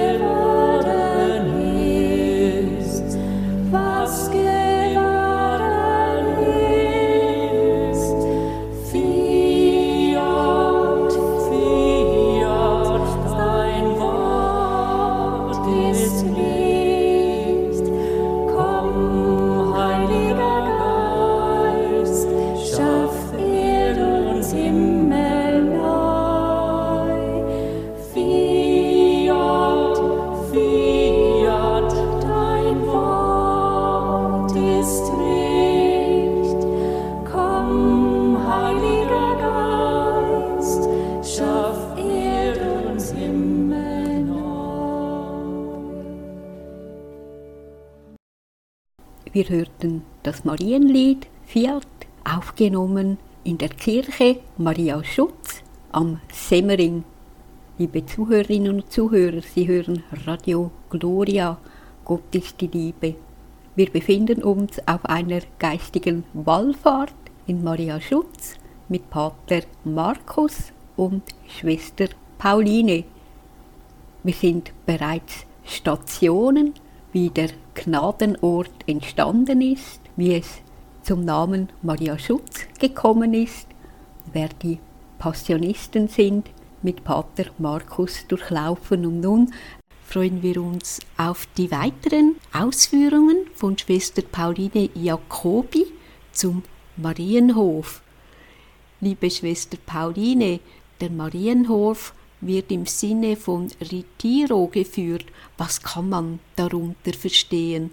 Wir hörten das Marienlied Fiat, aufgenommen in der Kirche Maria Schutz am Semmering. Liebe Zuhörerinnen und Zuhörer, Sie hören Radio Gloria, Gott ist die Liebe. Wir befinden uns auf einer geistigen Wallfahrt in Maria Schutz mit Pater Markus und Schwester Pauline. Wir sind bereits Stationen, wie der Gnadenort entstanden ist, wie es zum Namen Maria Schutz gekommen ist, wer die Passionisten sind, mit Pater Markus durchlaufen. Und nun freuen wir uns auf die weiteren Ausführungen von Schwester Pauline Jacobi zum Marienhof. Liebe Schwester Pauline, der Marienhof wird im Sinne von Retiro geführt. Was kann man darunter verstehen?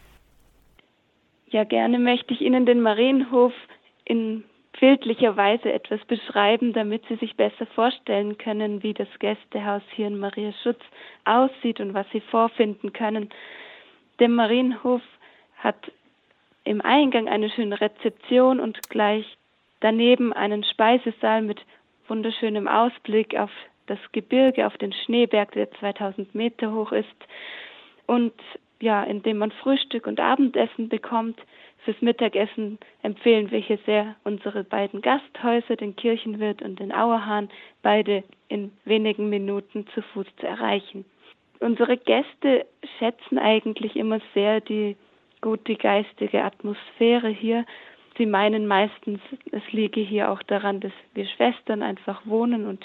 Ja, gerne möchte ich Ihnen den Marienhof in bildlicher Weise etwas beschreiben, damit Sie sich besser vorstellen können, wie das Gästehaus hier in Maria Schutz aussieht und was Sie vorfinden können. Der Marienhof hat im Eingang eine schöne Rezeption und gleich daneben einen Speisesaal mit wunderschönem Ausblick auf das Gebirge, auf den Schneeberg, der 2000 Meter hoch ist, und ja, indem man Frühstück und Abendessen bekommt. Fürs Mittagessen empfehlen wir hier sehr unsere beiden Gasthäuser, den Kirchenwirt und den Auerhahn, beide in wenigen Minuten zu Fuß zu erreichen. Unsere Gäste schätzen eigentlich immer sehr die gute geistige Atmosphäre hier. Sie meinen meistens, es liege hier auch daran, dass wir Schwestern einfach wohnen und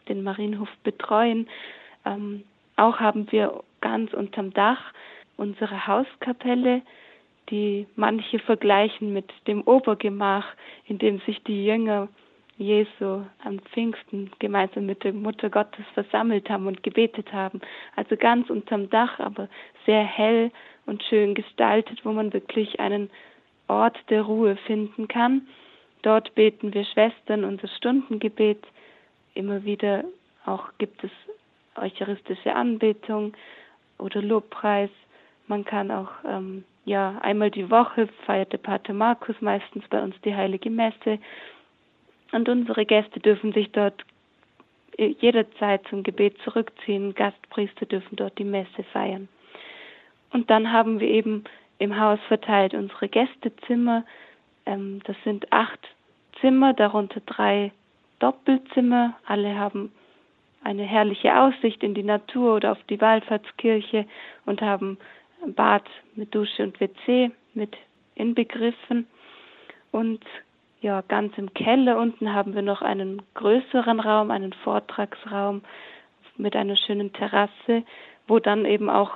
den Marienhof betreuen. Auch haben wir ganz unterm Dach unsere Hauskapelle, die manche vergleichen mit dem Obergemach, in dem sich die Jünger Jesu am Pfingsten gemeinsam mit der Mutter Gottes versammelt haben und gebetet haben. Also ganz unterm Dach, aber sehr hell und schön gestaltet, wo man wirklich einen Ort der Ruhe finden kann. Dort beten wir Schwestern unser Stundengebet. Immer wieder auch gibt es eucharistische Anbetung oder Lobpreis. Man kann auch einmal die Woche feiert der Pater Markus meistens bei uns die Heilige Messe. Und unsere Gäste dürfen sich dort jederzeit zum Gebet zurückziehen. Gastpriester dürfen dort die Messe feiern. Und dann haben wir eben im Haus verteilt unsere Gästezimmer. Das sind 8 Zimmer, darunter 3 Doppelzimmer. Alle haben eine herrliche Aussicht in die Natur oder auf die Wallfahrtskirche und haben Bad mit Dusche und WC mit inbegriffen. Und ja, ganz im Keller unten haben wir noch einen größeren Raum, einen Vortragsraum mit einer schönen Terrasse, wo dann eben auch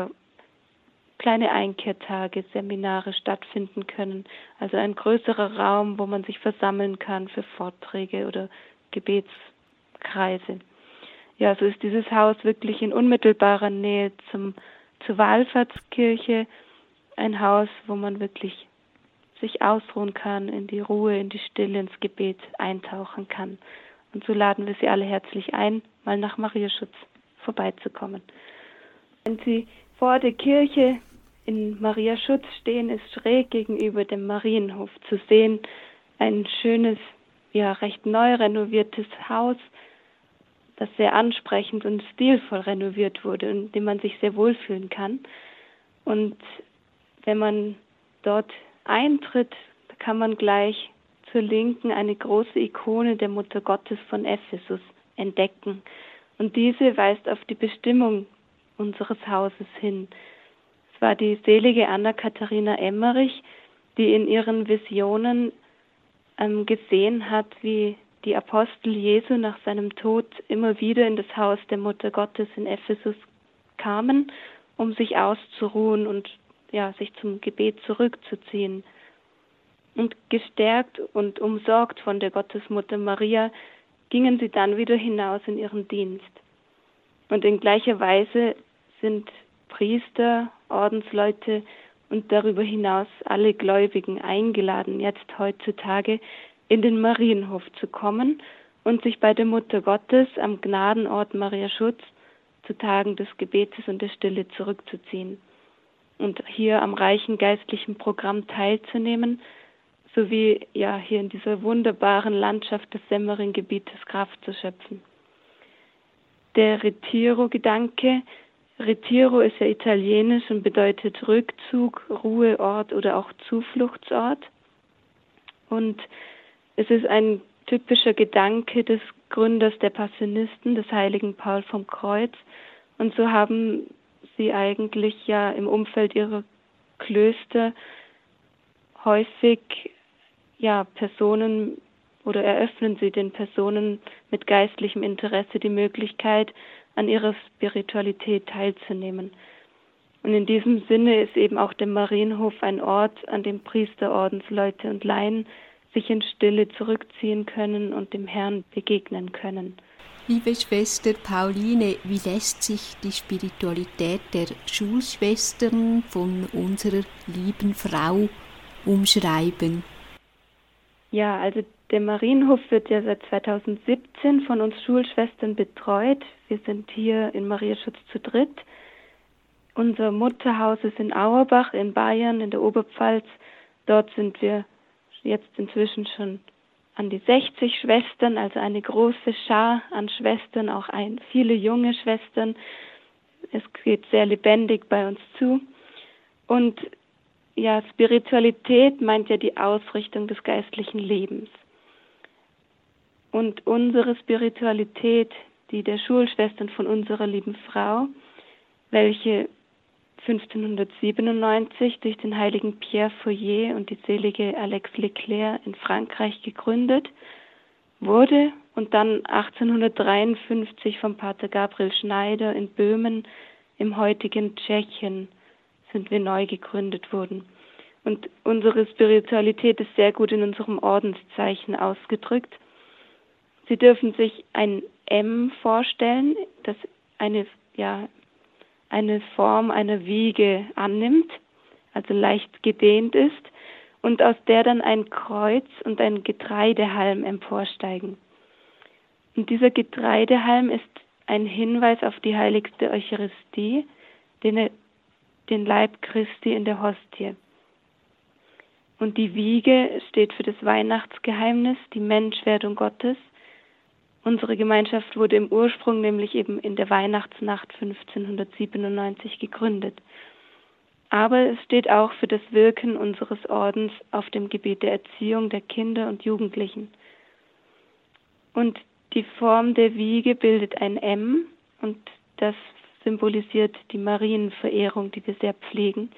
kleine Einkehrtage, Seminare stattfinden können. Also ein größerer Raum, wo man sich versammeln kann für Vorträge oder Gebetskreise. Ja, so ist dieses Haus wirklich in unmittelbarer Nähe zur Wallfahrtskirche. Ein Haus, wo man wirklich sich ausruhen kann, in die Ruhe, in die Stille, ins Gebet eintauchen kann. Und so laden wir Sie alle herzlich ein, mal nach Mariaschutz vorbeizukommen. Wenn Sie vor der Kirche in Mariaschutz stehen, ist schräg gegenüber dem Marienhof zu sehen ein schönes, recht neu renoviertes Haus, das sehr ansprechend und stilvoll renoviert wurde und in dem man sich sehr wohlfühlen kann. Und wenn man dort eintritt, kann man gleich zur Linken eine große Ikone der Mutter Gottes von Ephesus entdecken. Und diese weist auf die Bestimmung unseres Hauses hin. Es war die selige Anna-Katharina Emmerich, die in ihren Visionen gesehen hat, wie die Apostel Jesu nach seinem Tod immer wieder in das Haus der Mutter Gottes in Ephesus kamen, um sich auszuruhen und sich zum Gebet zurückzuziehen. Und gestärkt und umsorgt von der Gottesmutter Maria gingen sie dann wieder hinaus in ihren Dienst. Und in gleicher Weise sind Priester, Ordensleute und darüber hinaus alle Gläubigen eingeladen, jetzt heutzutage in den Marienhof zu kommen und sich bei der Mutter Gottes am Gnadenort Mariaschutz zu Tagen des Gebetes und der Stille zurückzuziehen und hier am reichen geistlichen Programm teilzunehmen, sowie hier in dieser wunderbaren Landschaft des Semmering-Gebietes Kraft zu schöpfen. Der Retiro-Gedanke, Retiro ist ja italienisch und bedeutet Rückzug, Ruheort oder auch Zufluchtsort. Und es ist ein typischer Gedanke des Gründers der Passionisten, des heiligen Paul vom Kreuz. Und so haben sie eigentlich im Umfeld ihrer Klöster häufig Personen oder eröffnen sie den Personen mit geistlichem Interesse die Möglichkeit, an ihrer Spiritualität teilzunehmen. Und in diesem Sinne ist eben auch der Marienhof ein Ort, an dem Priester, Ordensleute und Laien sich in Stille zurückziehen können und dem Herrn begegnen können. Liebe Schwester Pauline, wie lässt sich die Spiritualität der Schulschwestern von unserer lieben Frau umschreiben? Ja, also der Marienhof wird ja seit 2017 von uns Schulschwestern betreut. Wir sind hier in Mariaschutz zu dritt. Unser Mutterhaus ist in Auerbach in Bayern, in der Oberpfalz. Dort sind wir jetzt inzwischen schon an die 60 Schwestern, also eine große Schar an Schwestern, auch viele junge Schwestern. Es geht sehr lebendig bei uns zu. Und Spiritualität meint ja die Ausrichtung des geistlichen Lebens. Und unsere Spiritualität, die der Schulschwestern von unserer lieben Frau, welche 1597 durch den heiligen Pierre Fourier und die selige Alex Leclerc in Frankreich gegründet wurde, und dann 1853 vom Pater Gabriel Schneider in Böhmen im heutigen Tschechien sind wir neu gegründet worden. Und unsere Spiritualität ist sehr gut in unserem Ordenszeichen ausgedrückt. Sie dürfen sich ein M vorstellen, das eine Form einer Wiege annimmt, also leicht gedehnt ist, und aus der dann ein Kreuz und ein Getreidehalm emporsteigen. Und dieser Getreidehalm ist ein Hinweis auf die heiligste Eucharistie, den Leib Christi in der Hostie. Und die Wiege steht für das Weihnachtsgeheimnis, die Menschwerdung Gottes. Unsere Gemeinschaft wurde im Ursprung nämlich eben in der Weihnachtsnacht 1597 gegründet. Aber es steht auch für das Wirken unseres Ordens auf dem Gebiet der Erziehung der Kinder und Jugendlichen. Und die Form der Wiege bildet ein M und das symbolisiert die Marienverehrung, die wir sehr pflegen.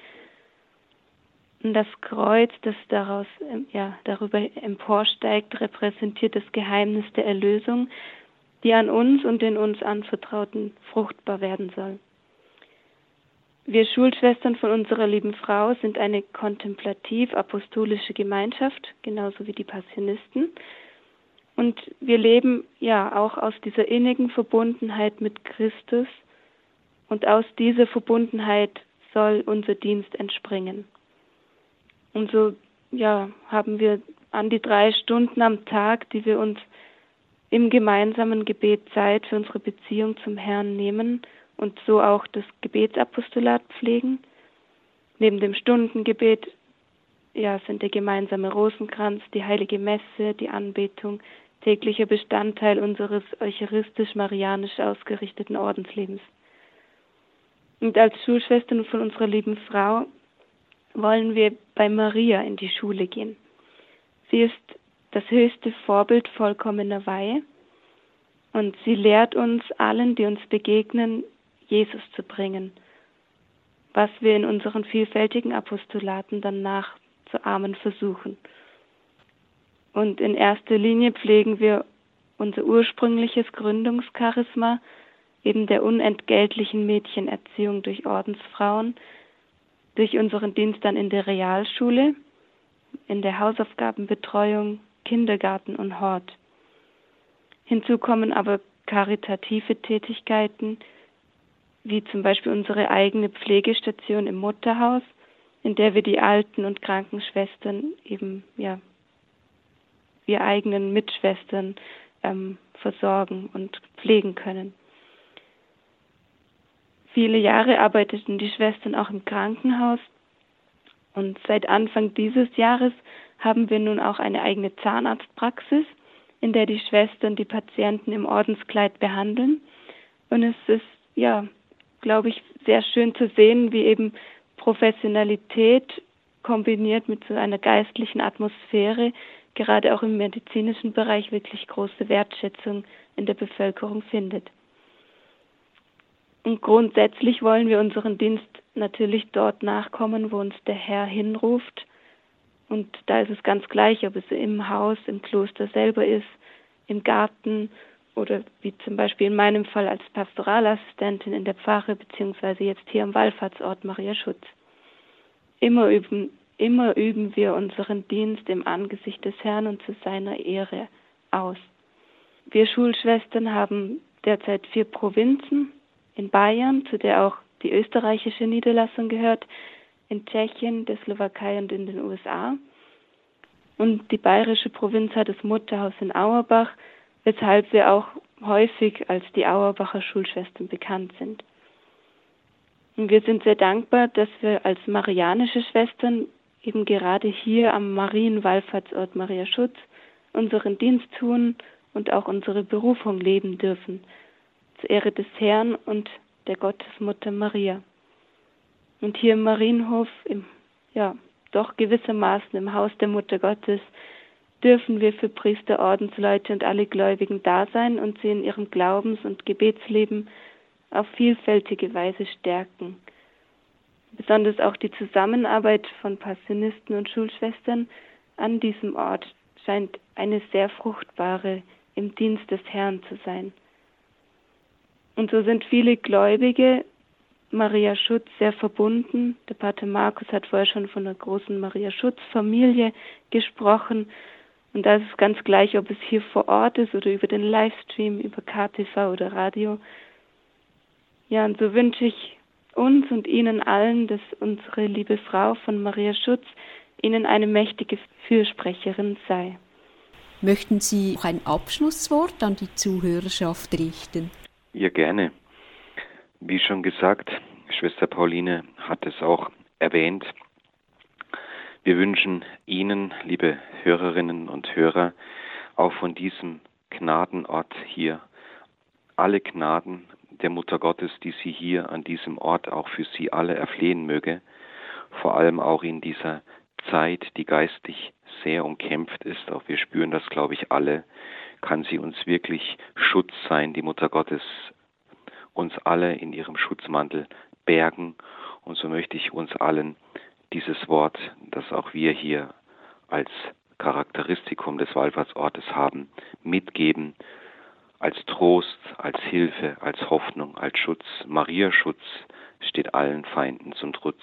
Und das Kreuz, das darüber emporsteigt, repräsentiert das Geheimnis der Erlösung, die an uns und den uns Anvertrauten fruchtbar werden soll. Wir Schulschwestern von unserer lieben Frau sind eine kontemplativ-apostolische Gemeinschaft, genauso wie die Passionisten. Und wir leben ja auch aus dieser innigen Verbundenheit mit Christus. Und aus dieser Verbundenheit soll unser Dienst entspringen. Und so haben wir an die 3 Stunden am Tag, die wir uns im gemeinsamen Gebet Zeit für unsere Beziehung zum Herrn nehmen und so auch das Gebetsapostolat pflegen. Neben dem Stundengebet sind der gemeinsame Rosenkranz, die heilige Messe, die Anbetung täglicher Bestandteil unseres eucharistisch-marianisch ausgerichteten Ordenslebens. Und als Schulschwestern von unserer lieben Frau wollen wir bei Maria in die Schule gehen. Sie ist das höchste Vorbild vollkommener Weihe und sie lehrt uns allen, die uns begegnen, Jesus zu bringen, was wir in unseren vielfältigen Apostolaten dann nachzuahmen versuchen. Und in erster Linie pflegen wir unser ursprüngliches Gründungscharisma, eben der unentgeltlichen Mädchenerziehung durch Ordensfrauen, durch unseren Dienst dann in der Realschule, in der Hausaufgabenbetreuung, Kindergarten und Hort. Hinzu kommen aber karitative Tätigkeiten, wie zum Beispiel unsere eigene Pflegestation im Mutterhaus, in der wir die alten und kranken Schwestern wir eigenen Mitschwestern versorgen und pflegen können. Viele Jahre arbeiteten die Schwestern auch im Krankenhaus und seit Anfang dieses Jahres haben wir nun auch eine eigene Zahnarztpraxis, in der die Schwestern die Patienten im Ordenskleid behandeln. Und es ist, glaube ich, sehr schön zu sehen, wie eben Professionalität kombiniert mit so einer geistlichen Atmosphäre gerade auch im medizinischen Bereich wirklich große Wertschätzung in der Bevölkerung findet. Und grundsätzlich wollen wir unseren Dienst natürlich dort nachkommen, wo uns der Herr hinruft. Und da ist es ganz gleich, ob es im Haus, im Kloster selber ist, im Garten oder wie zum Beispiel in meinem Fall als Pastoralassistentin in der Pfarre beziehungsweise jetzt hier am Wallfahrtsort Maria Schutz. Immer üben wir unseren Dienst im Angesicht des Herrn und zu seiner Ehre aus. Wir Schulschwestern haben derzeit 4 Provinzen in Bayern, zu der auch die österreichische Niederlassung gehört, in Tschechien, der Slowakei und in den USA. Und die bayerische Provinz hat das Mutterhaus in Auerbach, weshalb wir auch häufig als die Auerbacher Schulschwestern bekannt sind. Und wir sind sehr dankbar, dass wir als marianische Schwestern eben gerade hier am Marienwallfahrtsort Maria Schutz unseren Dienst tun und auch unsere Berufung leben dürfen, zur Ehre des Herrn und der Gottesmutter Maria. Und hier im Marienhof, doch gewissermaßen im Haus der Mutter Gottes, dürfen wir für Priester, Ordensleute und alle Gläubigen da sein und sie in ihrem Glaubens- und Gebetsleben auf vielfältige Weise stärken. Besonders auch die Zusammenarbeit von Passionisten und Schulschwestern an diesem Ort scheint eine sehr fruchtbare im Dienst des Herrn zu sein. Und so sind viele Gläubige Maria Schutz sehr verbunden. Der Pater Markus hat vorher schon von einer großen Maria Schutz-Familie gesprochen. Und da ist es ganz gleich, ob es hier vor Ort ist oder über den Livestream, über KTV oder Radio. Ja, und so wünsche ich uns und Ihnen allen, dass unsere liebe Frau von Maria Schutz Ihnen eine mächtige Fürsprecherin sei. Möchten Sie auch ein Abschlusswort an die Zuhörerschaft richten? Ja, gerne. Wie schon gesagt, Schwester Pauline hat es auch erwähnt. Wir wünschen Ihnen, liebe Hörerinnen und Hörer, auch von diesem Gnadenort hier alle Gnaden der Mutter Gottes, die sie hier an diesem Ort auch für Sie alle erflehen möge, vor allem auch in dieser Zeit, die geistig sehr umkämpft ist, auch wir spüren das, glaube ich, alle, kann sie uns wirklich Schutz sein, die Mutter Gottes, uns alle in ihrem Schutzmantel bergen. Und so möchte ich uns allen dieses Wort, das auch wir hier als Charakteristikum des Wallfahrtsortes haben, mitgeben, als Trost, als Hilfe, als Hoffnung, als Schutz. Maria Schutz steht allen Feinden zum Trutz.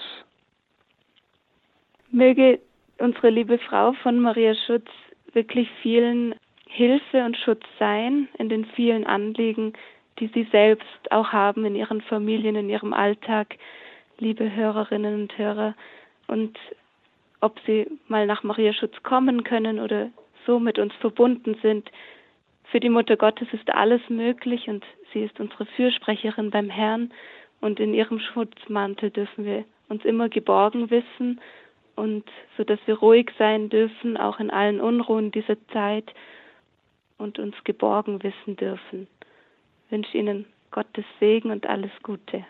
Möge unsere liebe Frau von Maria Schutz wirklich vielen Hilfe und Schutz sein in den vielen Anliegen, die sie selbst auch haben in ihren Familien, in ihrem Alltag, liebe Hörerinnen und Hörer. Und ob sie mal nach Maria Schutz kommen können oder so mit uns verbunden sind, für die Mutter Gottes ist alles möglich und sie ist unsere Fürsprecherin beim Herrn. Und in ihrem Schutzmantel dürfen wir uns immer geborgen wissen und so dass wir ruhig sein dürfen, auch in allen Unruhen dieser Zeit und uns geborgen wissen dürfen. Ich wünsche Ihnen Gottes Segen und alles Gute.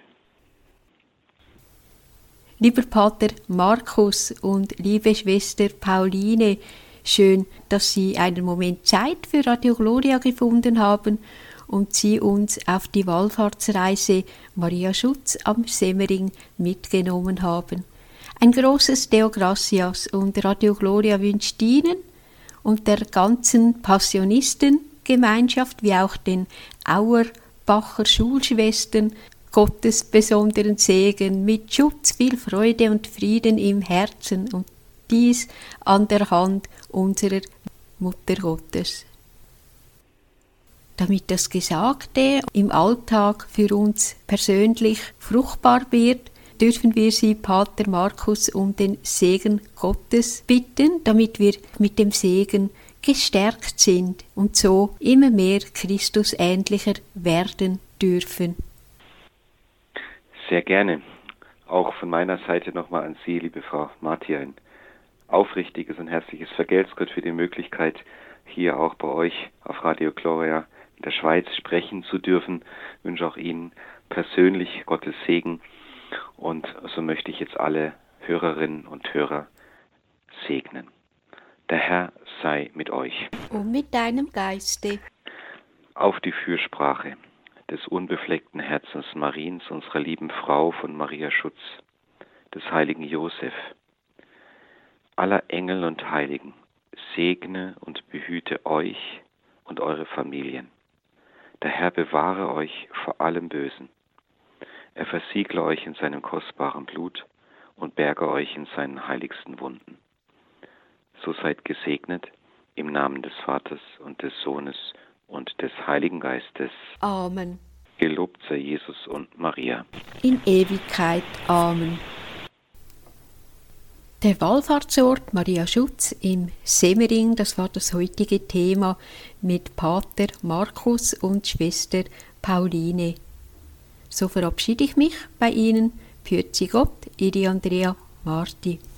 Lieber Pater Markus und liebe Schwester Pauline, schön, dass Sie einen Moment Zeit für Radio Gloria gefunden haben und Sie uns auf die Wallfahrtsreise Maria Schutz am Semmering mitgenommen haben. Ein großes Deo Gracias und Radio Gloria wünscht Ihnen und der ganzen Passionistengemeinschaft wie auch den Auerbacher Schulschwestern Gottes besonderen Segen mit Schutz, viel Freude und Frieden im Herzen und dies an der Hand unserer Mutter Gottes. Damit das Gesagte im Alltag für uns persönlich fruchtbar wird, dürfen wir Sie, Pater Markus, um den Segen Gottes bitten, damit wir mit dem Segen gestärkt sind und so immer mehr Christus ähnlicher werden dürfen. Sehr gerne. Auch von meiner Seite nochmal an Sie, liebe Frau Marti, ein aufrichtiges und herzliches Vergelt's Gott für die Möglichkeit, hier auch bei euch auf Radio Gloria in der Schweiz sprechen zu dürfen. Ich wünsche auch Ihnen persönlich Gottes Segen und so möchte ich jetzt alle Hörerinnen und Hörer segnen. Der Herr sei mit euch. Und mit deinem Geiste. Auf die Fürsprache des unbefleckten Herzens Mariens, unserer lieben Frau von Maria Schutz, des heiligen Josef, aller Engel und Heiligen, segne und behüte euch und eure Familien. Der Herr bewahre euch vor allem Bösen. Er versiegle euch in seinem kostbaren Blut und berge euch in seinen heiligsten Wunden. So seid gesegnet im Namen des Vaters und des Sohnes und des Heiligen Geistes. Amen. Gelobt sei Jesus und Maria. In Ewigkeit. Amen. Der Wallfahrtsort Maria Schutz im Semmering, das war das heutige Thema mit Pater Markus und Schwester Pauline. So verabschiede ich mich bei Ihnen. Püezi Gott, Ihre Andrea Marti.